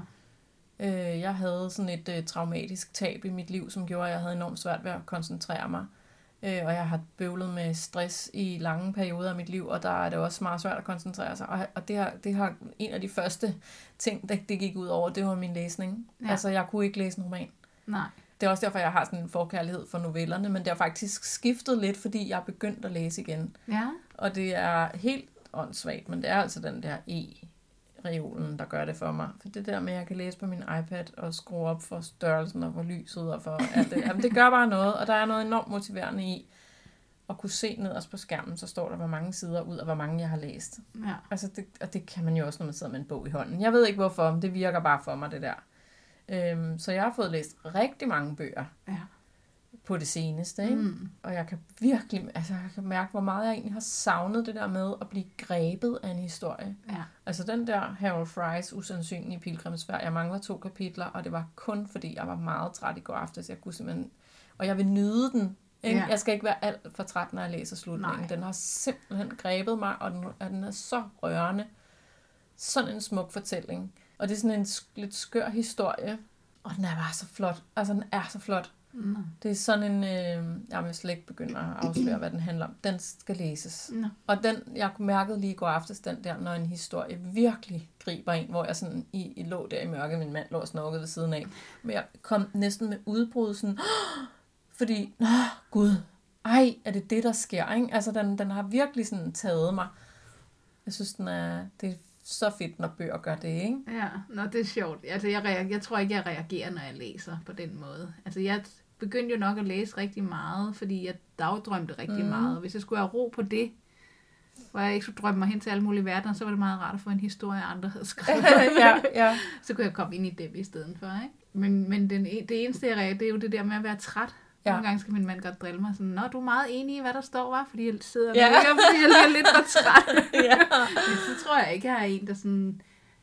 Øh, jeg havde sådan et øh, traumatisk tab i mit liv, som gjorde, at jeg havde enormt svært ved at koncentrere mig. Øh, og jeg har bøvlet med stress i lange perioder af mit liv, og der er det også meget svært at koncentrere sig. Og, og det, har, det har en af de første ting, der det gik ud over, det var min læsning. Ja. Altså, jeg kunne ikke læse en roman. Nej. Det er også derfor, jeg har sådan en forkærlighed for novellerne, men det har faktisk skiftet lidt, fordi jeg er begyndt at læse igen. Ja. Og det er helt åndssvagt, men det er altså den der e-reolen, der gør det for mig. For det der med, at jeg kan læse på min iPad og skrue op for størrelsen og for lyset og for alt det. Jamen, det gør bare noget, og der er noget enormt motiverende i at kunne se nederst på skærmen, så står der, hvor mange sider ud, og hvor mange jeg har læst. Ja. Altså, det, og det kan man jo også, når man sidder med en bog i hånden. Jeg ved ikke hvorfor, men det virker bare for mig, det der. Øhm, så jeg har fået læst rigtig mange bøger Ja. på det seneste, ikke? Mm. Og jeg kan virkelig, altså jeg kan mærke, hvor meget jeg egentlig har savnet det der med at blive grebet af en historie. Ja. Altså den der Harold Frys usandsynlige pilgrimsfærd, jeg mangler to kapitler, og det var kun fordi, jeg var meget træt i går aftes. Jeg kunne simpelthen, og jeg vil nyde den. Ikke? Ja. Jeg skal ikke være alt for træt, når jeg læser slutningen. Nej. Den har simpelthen grebet mig, og den, og den er så rørende. Sådan en smuk fortælling. Og det er sådan en sk- lidt skør historie. Og den er bare så flot. Altså, den er så flot. Mm. Det er sådan en... Øh, jeg vil slet ikke begynde at afsløre, hvad den handler om. Den skal læses. Nå. Og den, jeg mærkede lige i går aftes, den der, når en historie virkelig griber en, hvor jeg sådan i, i lå der i mørket, min mand lå og snorkede ved siden af. Men jeg kom næsten med udbrud, sådan... Fordi, åh, Gud, ej, er det det, der sker, ikke? Altså, den, den har virkelig sådan taget mig. Jeg synes, den er... Det er så fedt, når bøger gør det, ikke? Ja, nå, det er sjovt. Altså, jeg, reagerer, jeg tror ikke, jeg reagerer, når jeg læser på den måde. Altså, jeg begyndte jo nok at læse rigtig meget, fordi jeg dagdrømte rigtig Mhm. meget. Hvis jeg skulle have ro på det, hvor jeg ikke skulle drømme mig hen til alle mulige verdener, så var det meget rart at få en historie, andre havde skrevet. ja, ja. Så kunne jeg komme ind i dem i stedet for, ikke? Men, men den, det eneste, jeg reagerer, det er jo det der med at være træt. Ja. Nogle gange skal min mand godt drille mig sådan, nå, du er meget enig i, hvad der står, var, fordi jeg sidder og Ja. lægger, fordi jeg bliver lidt for træt. ja. Men så tror jeg ikke, jeg er en, der sådan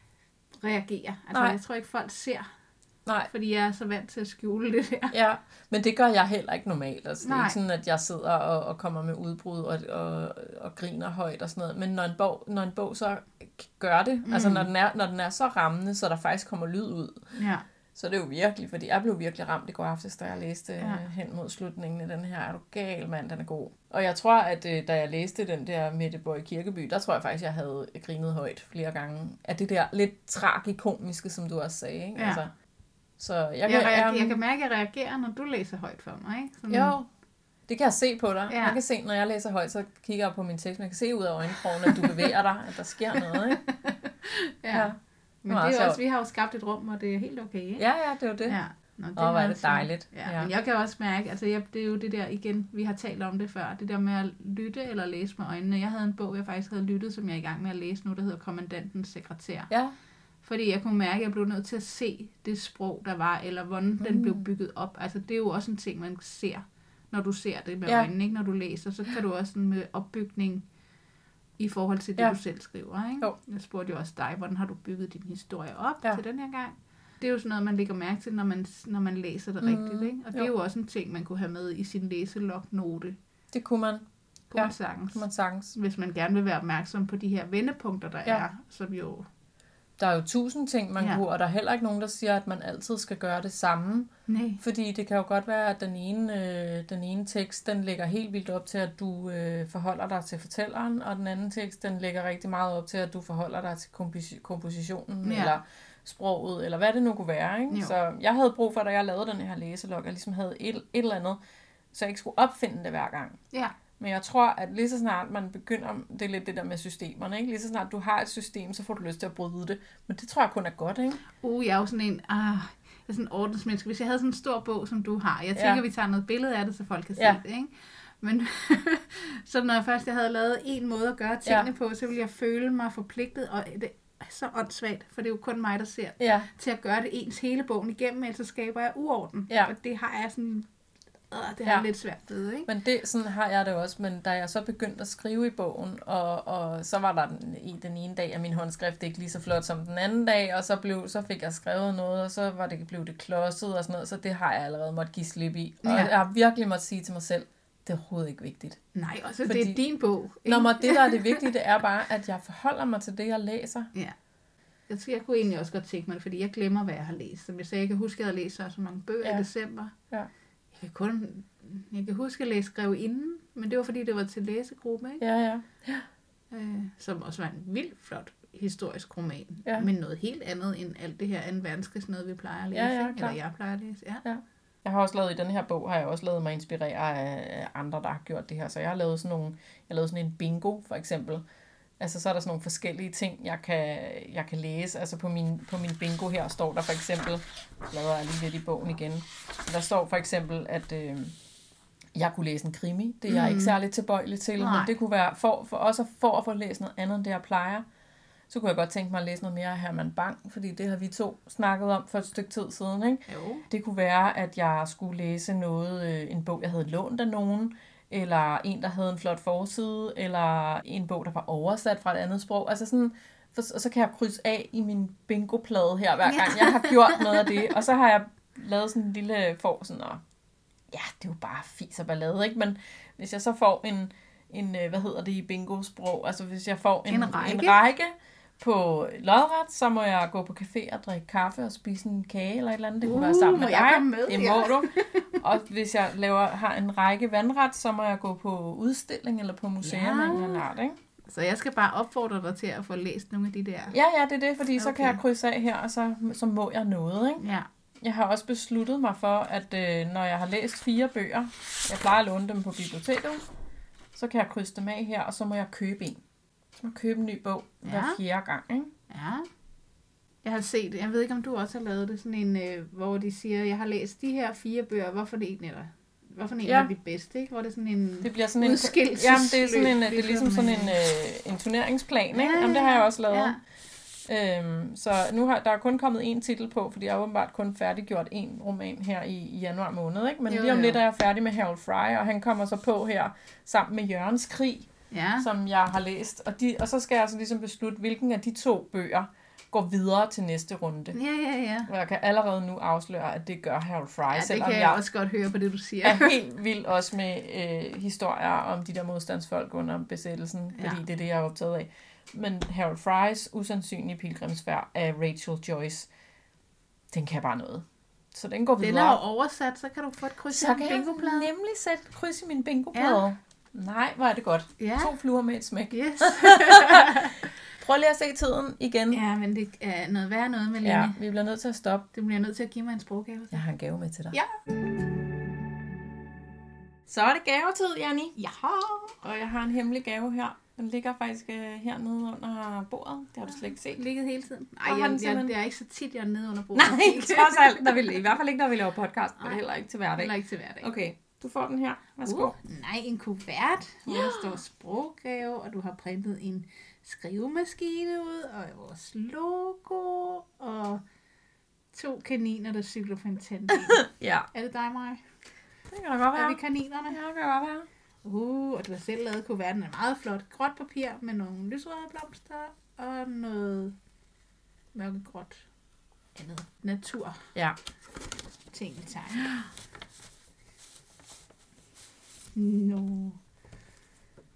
reagerer. Altså, Nej. jeg tror ikke, folk ser, Nej, fordi jeg er så vant til at skjule det der. ja. Men det gør jeg heller ikke normalt. Altså, det er Nej. ikke sådan, at jeg sidder og, og kommer med udbrud og, og, og griner højt og sådan noget. Men når en bog, når en bog så gør det, mm. altså når den, er, når den er så rammende, så der faktisk kommer lyd ud, Ja. så det er jo virkelig, fordi jeg blev virkelig ramt i går aftes, da jeg læste Ja. ja. hen mod slutningen af den her. Er du gal, mand, den er god. Og jeg tror, at øh, da jeg læste den der Mette Boy Kirkeby, der tror jeg faktisk, jeg havde grinet højt flere gange. At det der lidt tragikomiske, som du også sagde, ikke? Ja. Altså, så jeg Jeg, kan, jeg, jeg, jeg kan mærke, at jeg reagerer, når du læser højt for mig. Ikke? Sådan, Jo, det kan jeg se på dig. Ja. Ja. Jeg kan se, når jeg læser højt, så kigger jeg på min tekst, men jeg kan se ud af øjenkrogen, at du bevæger dig, at der sker noget, ikke? Ja. Ja. Men Meget det er jo også, sjovt. vi har jo skabt et rum, hvor det er helt okay, ikke? Ja, ja, det var det. Ja. Nå, det Åh, hvor er meget det fint. dejligt. Ja, Ja. men jeg kan også mærke, altså jeg, det er jo det der igen, vi har talt om det før, det der med at lytte eller læse med øjnene. Jeg havde en bog, jeg faktisk havde lyttet, som jeg er i gang med at læse nu, der hedder Kommandantens sekretær. Ja, Fordi jeg kunne mærke, at jeg blev nødt til at se det sprog, der var, eller hvordan mm. den blev bygget op. Altså det er jo også en ting, man ser, når du ser det med Ja. øjnene, ikke? Når du læser, så kan du også sådan med opbygning i forhold til det, Ja. du selv skriver. Ikke? Jo. Jeg spurgte jo også dig, hvordan har du bygget din historie op Ja. til den her gang? Det er jo sådan noget, man lægger mærke til, når man, når man læser det Mm. rigtigt. Ikke? Og det er Jo. jo også en ting, man kunne have med i sin læselognote. det kunne man. kunne ja, man sagtens. man sagtens. Hvis man gerne vil være opmærksom på de her vendepunkter, der ja. er, som jo... Der er jo tusind ting, man ja. kunne, og der er heller ikke nogen, der siger, at man altid skal gøre det samme. Nej. Fordi det kan jo godt være, at den ene, øh, den ene tekst, den lægger helt vildt op til, at du øh, forholder dig til fortælleren, og den anden tekst, den lægger rigtig meget op til, at du forholder dig til kompos- kompositionen, ja. eller sproget, eller hvad det nu kunne være. Ikke? Så jeg havde brug for, da jeg lavede den her læselog, at jeg ligesom havde et, et eller andet, så jeg ikke skulle opfinde det hver gang. Ja. Men jeg tror, at lige så snart man begynder, det er lidt det der med systemerne, ikke? Lige så snart du har et system, så får du lyst til at bryde det. Men det tror jeg kun er godt, ikke? Uh, jeg er jo sådan en, ah, jeg er sådan en ordensmenneske. Hvis jeg havde sådan en stor bog, som du har, jeg tænker, ja. vi tager noget billede af det, så folk kan se ja. det, ikke? Men så når jeg først jeg havde lavet en måde at gøre tingene ja. på, så ville jeg føle mig forpligtet, og det er så åndssvagt, for det er jo kun mig, der ser, ja. til at gøre det ens hele bogen igennem, ellers så skaber jeg uorden. Ja. Og det har jeg sådan... Det er ja. lidt svært ved, ikke? Men det, sådan har jeg det også, men da jeg så begyndte at skrive i bogen, og, og så var der den, i den ene dag, at min håndskrift ikke lige så flot som den anden dag, og så, blev, så fik jeg skrevet noget, og så var det, blev det klodset og sådan noget, så det har jeg allerede måtte give slip i. Og ja. jeg har virkelig måtte sige til mig selv, det er overhovedet ikke vigtigt. Nej, og så det er din bog. Når man, det, der er det vigtige, det er bare, at jeg forholder mig til det, jeg læser. Ja. Jeg, jeg kunne egentlig også godt tænke mig det, fordi jeg glemmer, hvad jeg har læst. Som jeg sagde, jeg kan huske, at jeg havde læst så mange bøger ja. i december. Ja. Jeg kan kun... Jeg kan huske at læse Grevinden, men det var fordi, det var til læsegruppe, ikke? Ja, ja. ja. Øh, som også var en vildt flot historisk roman. Ja. Men noget helt andet end alt det her anden verdenskrig, noget vi plejer at læse. Ja, ja, eller jeg plejer at læse, ja. ja. Jeg har også lavet, i den her bog, har jeg også lavet mig inspirere af andre, der har gjort det her. Så jeg har lavet sådan nogle, jeg har lavet sådan en bingo, for eksempel. Altså, så er der sådan nogle forskellige ting, jeg kan, jeg kan læse. Altså, på min, på min bingo her står der for eksempel, lader jeg lige lidt i bogen igen, der står for eksempel, at øh, jeg kunne læse en krimi. Det er jeg mm. ikke særligt tilbøjelig til, Nej. men det kunne være, for, for også for at få læst noget andet, end det jeg plejer, så kunne jeg godt tænke mig at læse noget mere af Herman Bang, fordi det har vi to snakket om for et stykke tid siden. Ikke? Jo. Det kunne være, at jeg skulle læse noget, en bog, jeg havde lånt af nogen, eller en, der havde en flot forside, eller en bog, der var oversat fra et andet sprog. Altså sådan, for, og så kan jeg krydse af i min bingo-plade her, hver gang jeg har gjort noget af det. Og så har jeg lavet sådan en lille for sådan, og ja, det er jo bare fis og ballade, ikke? Men hvis jeg så får en, en hvad hedder det i bingo-sprog, altså hvis jeg får en, en, række. en række på lodret, så må jeg gå på café og drikke kaffe og spise en kage eller et eller andet. Det kunne uh, være sammen med dig. Med, det må ja. du. Og hvis jeg laver, har en række vandret, så må jeg gå på udstilling eller på museum ja. eller noget, ikke? Så jeg skal bare opfordre dig til at få læst nogle af de der... Ja, ja, det er det, fordi okay. så kan jeg krydse af her, og så, så må jeg noget, ikke? Ja. Jeg har også besluttet mig for, at øh, når jeg har læst fire bøger, jeg plejer at låne dem på biblioteket, så kan jeg krydse dem af her, og så må jeg købe en. Så må jeg købe en ny bog ja. hver fjerde gang, ikke? Ja. Jeg har set, jeg ved ikke, om du også har lavet det, sådan en, øh, hvor de siger, jeg har læst de her fire bøger, hvorfor det en eller Hvorfor en ja. er de bedste, ikke? Hvor det er sådan en det bliver sådan en udskillelsesløb. Jamen, det er sådan en, det er ligesom sådan en, øh, en turneringsplan, ikke? Ja, jamen, det har jeg også lavet. Ja. Øhm, så nu har der er kun kommet en titel på, fordi jeg har åbenbart kun færdiggjort en roman her i, i januar måned, ikke? Men jo, lige om jo. lidt er jeg færdig med Harold Fry, og han kommer så på her sammen med Jørgens Krig, ja. som jeg har læst. Og, de, og så skal jeg så ligesom beslutte, hvilken af de to bøger går videre til næste runde. Ja, ja, ja. Og jeg kan allerede nu afsløre, at det gør Harold Fry. Ja, det selvom kan jeg, jeg også godt høre på det, du siger. Jeg er helt vild også med øh, historier om de der modstandsfolk under besættelsen, fordi ja. det er det, jeg er optaget af. Men Harold Frys usandsynlige pilgrimsfærd af Rachel Joyce, den kan bare noget. Så den går videre. Den er jo oversat, så kan du få et kryds i din bingoplade. Så kan jeg nemlig sætte et kryds i min bingoplade. Ja. Nej, hvor er det godt. Ja. To fluer med et smæk. Yes. Prøv lige at se tiden igen. Ja, men det er noget værre noget med Lene. Ja, vi bliver nødt til at stoppe. Du bliver nødt til at give mig en sproggave. Jeg har en gave med til dig. Ja. Så er det gavetid, Janni. Ja. Og jeg har en hemmelig gave her. Den ligger faktisk uh, hernede under bordet. Det har du slet ikke set. Ligget hele tiden. Nej, jeg, jeg, jeg, det er ikke så tit, jeg er nede under bordet. Nej, trods alt. Der vil, i hvert fald ikke, når vi laver podcast. Men heller ikke til hverdag. Heller ikke til hverdag. Okay, du får den her. Værsgo. Uh, nej, en kuvert, hvor ja. der står sproggave, og du har printet en skrivemaskine ud, og vores logo, og to kaniner, der cykler på en tandem. Ja. Er det dig, Maja? Det kan da godt være. Er vi kaninerne? Ja, det kan godt være. Uh, og du har selv lavet kuverten. Den er meget flot. Gråt papir med nogle lysrøde blomster og noget mørkegråt andet natur. Ja. Ting i tegn. No.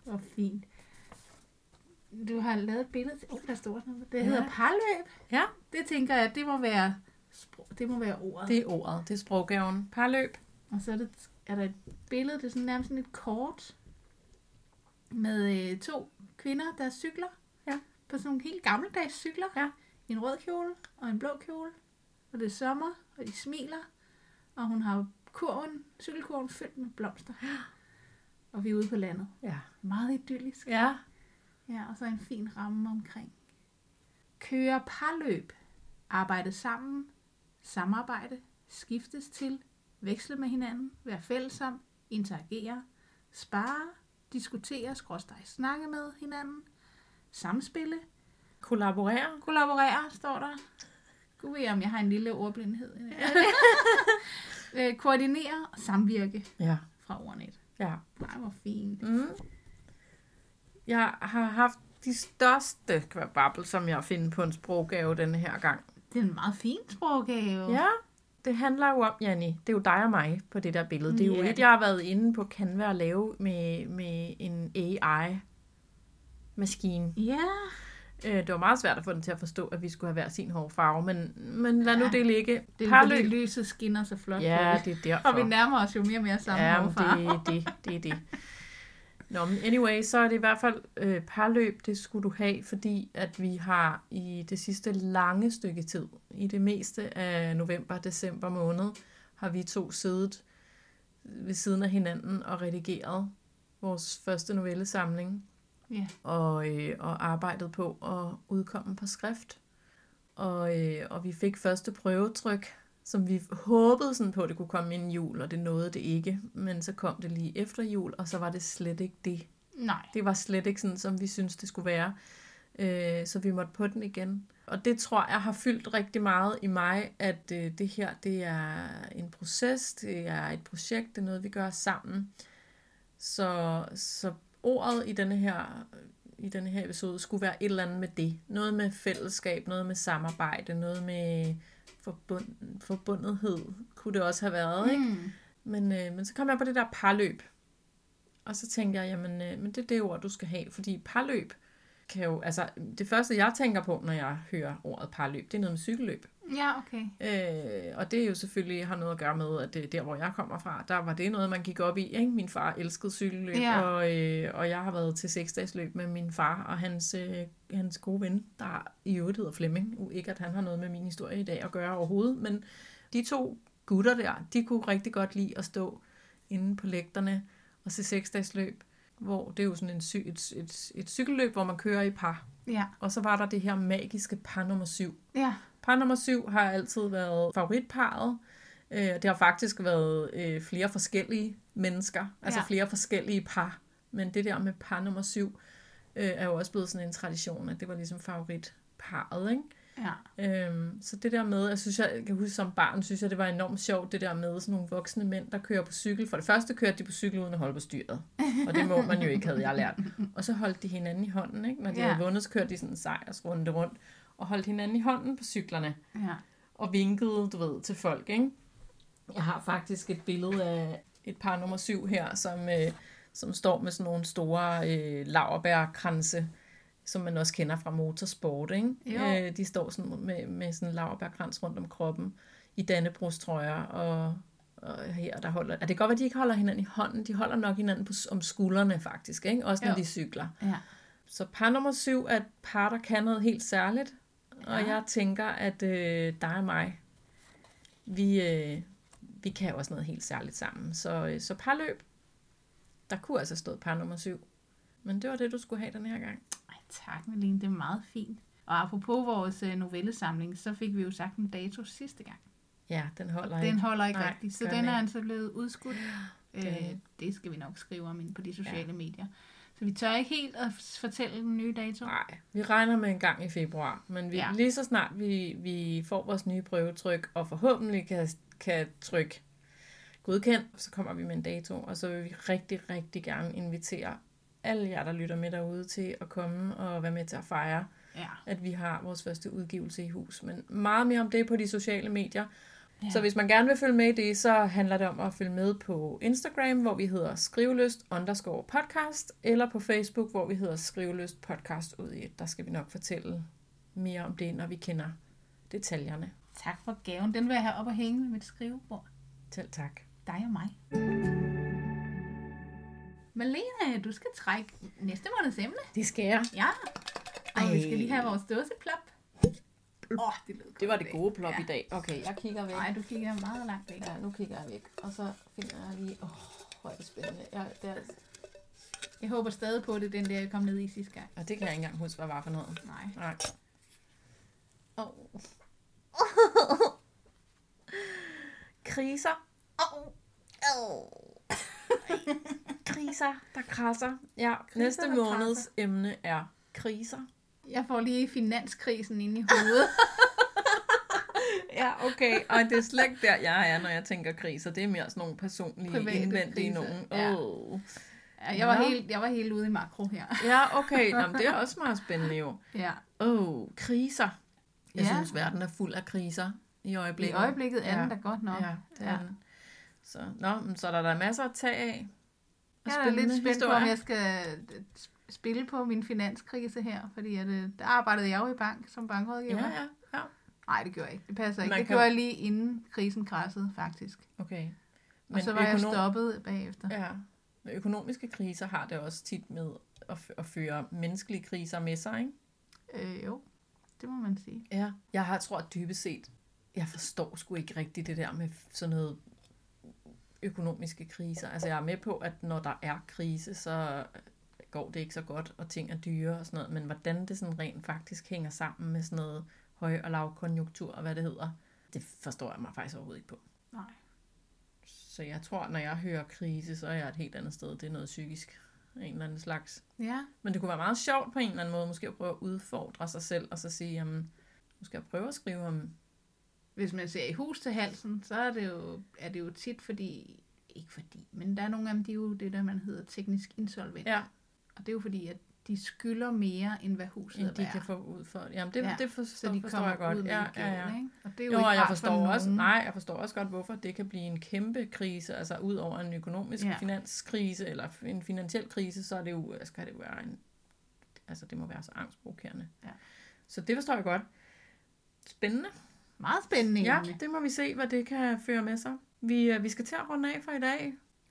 Hvor fint. Du har lavet et billede til... Åh, oh, der står noget. Det Ja. hedder parløb. Ja. Det tænker jeg, det må være, sprog, det må være ordet. Det er ordet. Det er sproggaven. Parløb. Og så er, det, er der et billede, det er sådan nærmest sådan et kort med øh, to kvinder, der cykler. Ja. På sådan nogle helt gammeldags cykler. Ja. I en rød kjole og en blå kjole. Og det er sommer, og de smiler. Og hun har kurven, cykelkurven fyldt med blomster. Og vi er ude på landet. Ja. Meget idyllisk. Ja. Ja, og så en fin ramme omkring. Køre parløb. Arbejde sammen. Samarbejde. Skiftes til. Veksle med hinanden. Være fælles om. Interagere. Spare. Diskutere. Skråstreg. Snakke med hinanden. Samspille. Kollaborere. Kollaborere, står der. Gud ved, om jeg har en lille ordblindhed. øh, koordinere og samvirke Ja. fra ordnet. Ja. Nej, hvor fint. Mm. Jeg har haft de største kvababel, som jeg finder på en sproggave denne her gang. Det er en meget fin sproggave. Ja, det handler jo om, Janni, det er jo dig og mig på det der billede. Det er jo Ja. et, jeg har været inde på Canva og lave med, med en A I-maskine. Ja. Det var meget svært at få den til at forstå, at vi skulle have hver sin hårfarve, men, men lad nu Ja. det ligge. Det er Parløb. fordi lyset skinner så flot Ja, på det er derfor. Og vi nærmer os jo mere og mere samme Ja, men hårfarve. det er det, det er det. Nå, men anyway, så er det i hvert fald øh, parløb, det skulle du have, fordi at vi har i det sidste lange stykke tid, i det meste af november, december måned, har vi to siddet ved siden af hinanden og redigeret vores første novellesamling, Ja. og, øh, og arbejdet på at udkomme på skrift. Og, øh, og vi fik første prøvetryk, som vi håbede sådan på, at det kunne komme inden jul, og det nåede det ikke. Men så kom det lige efter jul, og så var det slet ikke det. Nej. Det var slet ikke sådan, som vi syntes, det skulle være. Øh, så vi måtte på den igen. Og det tror jeg har fyldt rigtig meget i mig, at øh, det her, det er en proces, det er et projekt, det er noget, vi gør sammen. Så, så ordet i denne her i denne her episode skulle være et eller andet med det. Noget med fællesskab, noget med samarbejde, noget med forbund, forbundethed, kunne det også have været, ikke? Mm. Men, øh, men så kom jeg på det der parløb. Og så tænkte jeg, jamen, øh, men det er det ord, du skal have, fordi parløb kan jo, altså, det første jeg tænker på, når jeg hører ordet parløb, det er noget med cykelløb. Ja, okay. Øh, og det er jo selvfølgelig har noget at gøre med, at det, der, hvor jeg kommer fra, der var det noget, man gik op i, ikke? Min far elskede cykelløb, Ja. og, øh, og jeg har været til seksdagsløb med min far og hans, øh, hans gode ven, der i øvrigt hedder Flemming. Ikke at han har noget med min historie i dag at gøre overhovedet, men de to gutter der, de kunne rigtig godt lide at stå inde på lægterne og se seksdagsløb, hvor det er jo sådan en cy- et, et, et cykelløb, hvor man kører i par. Ja. Og så var der det her magiske par nummer syv. Ja. Par nummer syv har altid været favoritparret. Øh, Det har faktisk været øh, flere forskellige mennesker, altså Ja. flere forskellige par. Men det der med par nummer syv øh, er jo også blevet sådan en tradition, at det var ligesom favoritparret, ikke? Ja. Øhm, så det der med, jeg synes, jeg kan huske som barn, synes jeg, det var enormt sjovt, det der med sådan nogle voksne mænd, der kører på cykel. For det første kørte de på cykel uden at holde på styret. Og det må man jo ikke, havde jeg lært. Og så holdt de hinanden i hånden, ikke? Når de Ja. havde vundet, så kørte de sådan en sejrsrunde rundt og holdt hinanden i hånden på cyklerne. Ja. Og vinkede, du ved, til folk, ikke? Jeg har faktisk et billede af et par nummer syv her, som, øh, som står med sådan nogle store øh, laurbærkranse, som man også kender fra motorsport, ikke? Jo. Øh, de står sådan med, med sådan en laurbærkrans rundt om kroppen i dannebrogstrøjer, og, og her der holder... Er det godt, at de ikke holder hinanden i hånden? De holder nok hinanden på, om skuldrene faktisk, ikke? Også når Jo. de cykler. Ja. Så par nummer syv er et par, der kan noget helt særligt, og Ja. jeg tænker, at øh, dig og mig, vi, øh, vi kan også noget helt særligt sammen. Så, øh, så parløb, der kunne altså stå par nummer syv. Men det var det, du skulle have den her gang. Ej, tak, Malene. Det er meget fint. Og apropos vores øh, novellesamling, så fik vi jo sagt en dato sidste gang. Ja, den holder Den ikke. holder ikke Nej, rigtigt, så gør den den er ikke. altså blevet udskudt. Øh, Den- det skal vi nok skrive om inde på de sociale ja. medier. Så vi tør ikke helt at fortælle den nye dato. Nej, vi regner med en gang i februar, men vi, Ja. lige så snart vi, vi får vores nye prøvetryk, og forhåbentlig kan, kan trykke godkendt, så kommer vi med en dato, og så vil vi rigtig, rigtig gerne invitere alle jer, der lytter med derude, til at komme og være med til at fejre, Ja. at vi har vores første udgivelse i hus. Men meget mere om det på de sociale medier. Ja. Så hvis man gerne vil følge med i det, så handler det om at følge med på Instagram, hvor vi hedder skrivelyst underscore podcast, eller på Facebook, hvor vi hedder skrivelyst podcast ud i et. Der skal vi nok fortælle mere om det, når vi kender detaljerne. Tak for gaven. Den vil jeg have op og hænge med mit skrivebord. Selv tak. Dig og mig. Malene, du skal trække næste måneds emne. Det skal jeg. Ja. Og Ej. vi skal lige have vores dåseplop. Åh, oh, det lød Det var det gode plop ja. i dag. Okay, jeg kigger væk. Nej, du kigger meget langt væk. Ja, nu kigger jeg væk. Og så finder jeg lige... Åh, oh, hvor er det spændende. Jeg, det er... jeg håber stadig på, det den der, jeg kom ned i sidste gang. Og det kan jeg ikke engang huske, hvad var for noget. Nej. Nej. Oh. Kriser. Oh. Oh. Kriser, der krasser. Ja, kriser, næste måneds krasser. Emne er kriser. Jeg får lige finanskrisen ind i hovedet. Ja, okay. Og det er slet ikke der, jeg er, når jeg tænker kriser. Det er mere sådan nogle personlige, private indvendige nogen. Ja. Oh. Ja, jeg, var helt, jeg var helt ude i makro her. Ja, okay. Nå, det er også meget spændende jo. Ja. Oh, kriser. Jeg ja. synes, verden er fuld af kriser i øjeblikket. I øjeblikket er den da godt nok. Ja, det er ja. den. Så, nå, så er der masser at tage af. Og jeg er lidt spændt historier. på, om jeg skal spille på min finanskrise her, fordi at, der arbejdede jeg jo i bank som bankrådgiver. Ja, ja, ja. Nej, det gjorde jeg ikke. Det passer ikke. Man det kan... gjorde jeg lige inden krisen krassede, faktisk. Okay. Men og så var økonom... jeg stoppet bagefter. Ja. Men økonomiske kriser har det også tit med at, f- at føre menneskelige kriser med sig, ikke? Øh, jo, det må man sige. Ja. Jeg har, tror dybest set, jeg forstår sgu ikke rigtigt det der med sådan noget økonomiske kriser. Altså jeg er med på, at når der er krise, så går det ikke så godt, og ting er dyre og sådan noget. Men hvordan det sådan rent faktisk hænger sammen med sådan noget høj- og lavkonjunktur, og hvad det hedder, det forstår jeg mig faktisk overhovedet ikke på. Nej. Så jeg tror, når jeg hører krise, så er jeg et helt andet sted. Det er noget psykisk af en eller anden slags. Ja. Men det kunne være meget sjovt på en eller anden måde, måske at prøve at udfordre sig selv, og så sige, jamen, nu skal jeg prøve at skrive om... Hvis man ser i hus til halsen, så er det jo, er det jo tit fordi, ikke fordi, men der er nogle af dem, de er jo det der, man hedder teknisk insolvent. Ja. Og det er jo fordi, at de skylder mere, end hvad huset end er de værd. kan få udført. Jamen, det, ja, det forstår, så de forstår jeg godt. Ud Ja, ja, ja, ja. Ikke? Og det er jo, jo ikke jeg forstår for også, nogen. nej, jeg forstår også godt, hvorfor det kan blive en kæmpe krise, altså ud over en økonomisk ja. finanskrise, eller en finansiel krise, så er det jo, skal det jo være en, altså det må være så angstprovokerende. Ja. Så det forstår jeg godt. Spændende. Meget spændende. Ja, det må vi se, hvad det kan føre med sig. Vi, vi skal til at runde af for i dag.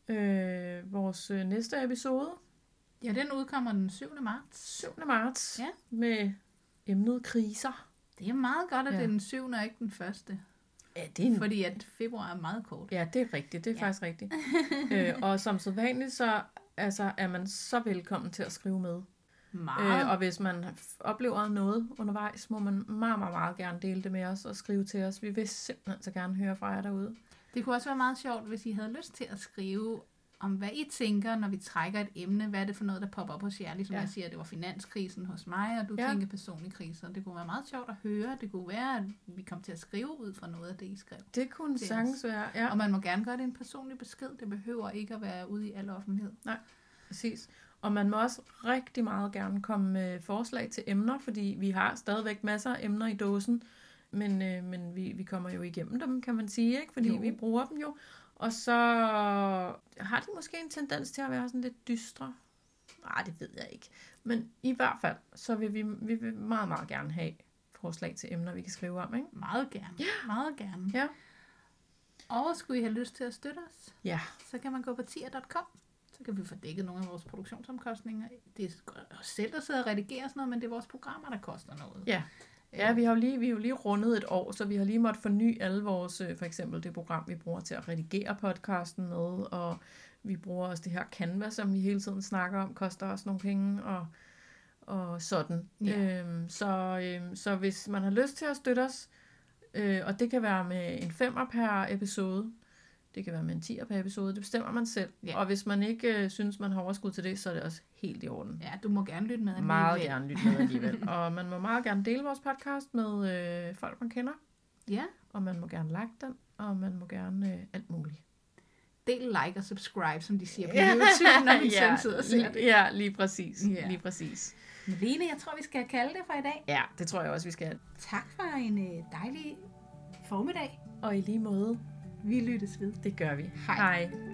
Øh, vores næste episode. Ja, den udkommer den syvende marts. syvende marts. Ja. Med emnet kriser. Det er meget godt, at ja. det er den syvende og ikke den første. Ja, det er en... Fordi at februar er meget kort. Ja, det er rigtigt. Det er ja. faktisk rigtigt. øh, og som så vanligt, så altså, er man så velkommen til at skrive med. Meget. Øh, og hvis man oplever noget undervejs, må man meget, meget, meget gerne dele det med os og skrive til os. Vi vil simpelthen så gerne høre fra jer derude. Det kunne også være meget sjovt, hvis I havde lyst til at skrive om, hvad I tænker, når vi trækker et emne. Hvad er det for noget, der popper op hos jer? Ligesom ja. jeg siger, det var finanskrisen hos mig, og du ja. tænker personlige kriser. Det kunne være meget sjovt at høre. Det kunne være, at vi kom til at skrive ud fra noget af det, I skrev. Det kunne sagtens være, ja. Og man må gerne gøre det en personlig besked. Det behøver ikke at være ude i al offentlighed. Nej, præcis. Og man må også rigtig meget gerne komme med forslag til emner, fordi vi har stadigvæk masser af emner i dåsen, men, øh, men vi, vi kommer jo igennem dem, kan man sige, ikke? Fordi jo. vi bruger dem jo. Og så har de måske en tendens til at være sådan lidt dystre. Nej, det ved jeg ikke. Men i hvert fald, så vil vi, vi vil meget, meget gerne have forslag til emner, vi kan skrive om, ikke? Meget gerne. Ja. Meget gerne. Ja. Og skulle I have lyst til at støtte os, ja. så kan man gå på tier punktum com. Så kan vi få dækket nogle af vores produktionsomkostninger. Det er os selv, der sidder og redigerer sådan noget, men det er vores programmer, der koster noget. Ja. Ja, vi har jo lige, vi har jo lige rundet et år, så vi har lige måttet forny alle vores, for eksempel det program, vi bruger til at redigere podcasten med, og vi bruger også det her Canva, som vi hele tiden snakker om, koster også nogle penge, og, og sådan. Ja. Øhm, så, øhm, så hvis man har lyst til at støtte os, øh, og det kan være med en femmer per episode, det kan være med en tier per episode, det bestemmer man selv. Ja. Og hvis man ikke øh, synes, man har overskud til det, så er det også helt i orden. Ja, du må gerne lytte med alligevel. Meget gerne lytte med alligevel. Og man må meget gerne dele vores podcast med øh, folk, man kender. Ja. Og man må gerne like den, og man må gerne øh, alt muligt. Del, like og subscribe, som de siger på YouTube, når vi ja, selv sidder og ser det. Ja, lige præcis. Ja. Lige præcis. Malene, jeg tror, vi skal kalde det for i dag. Ja, det tror jeg også, vi skal. Tak for en øh, dejlig formiddag. Og i lige måde, Vi lyttes ved. det gør vi. Hej. Hej.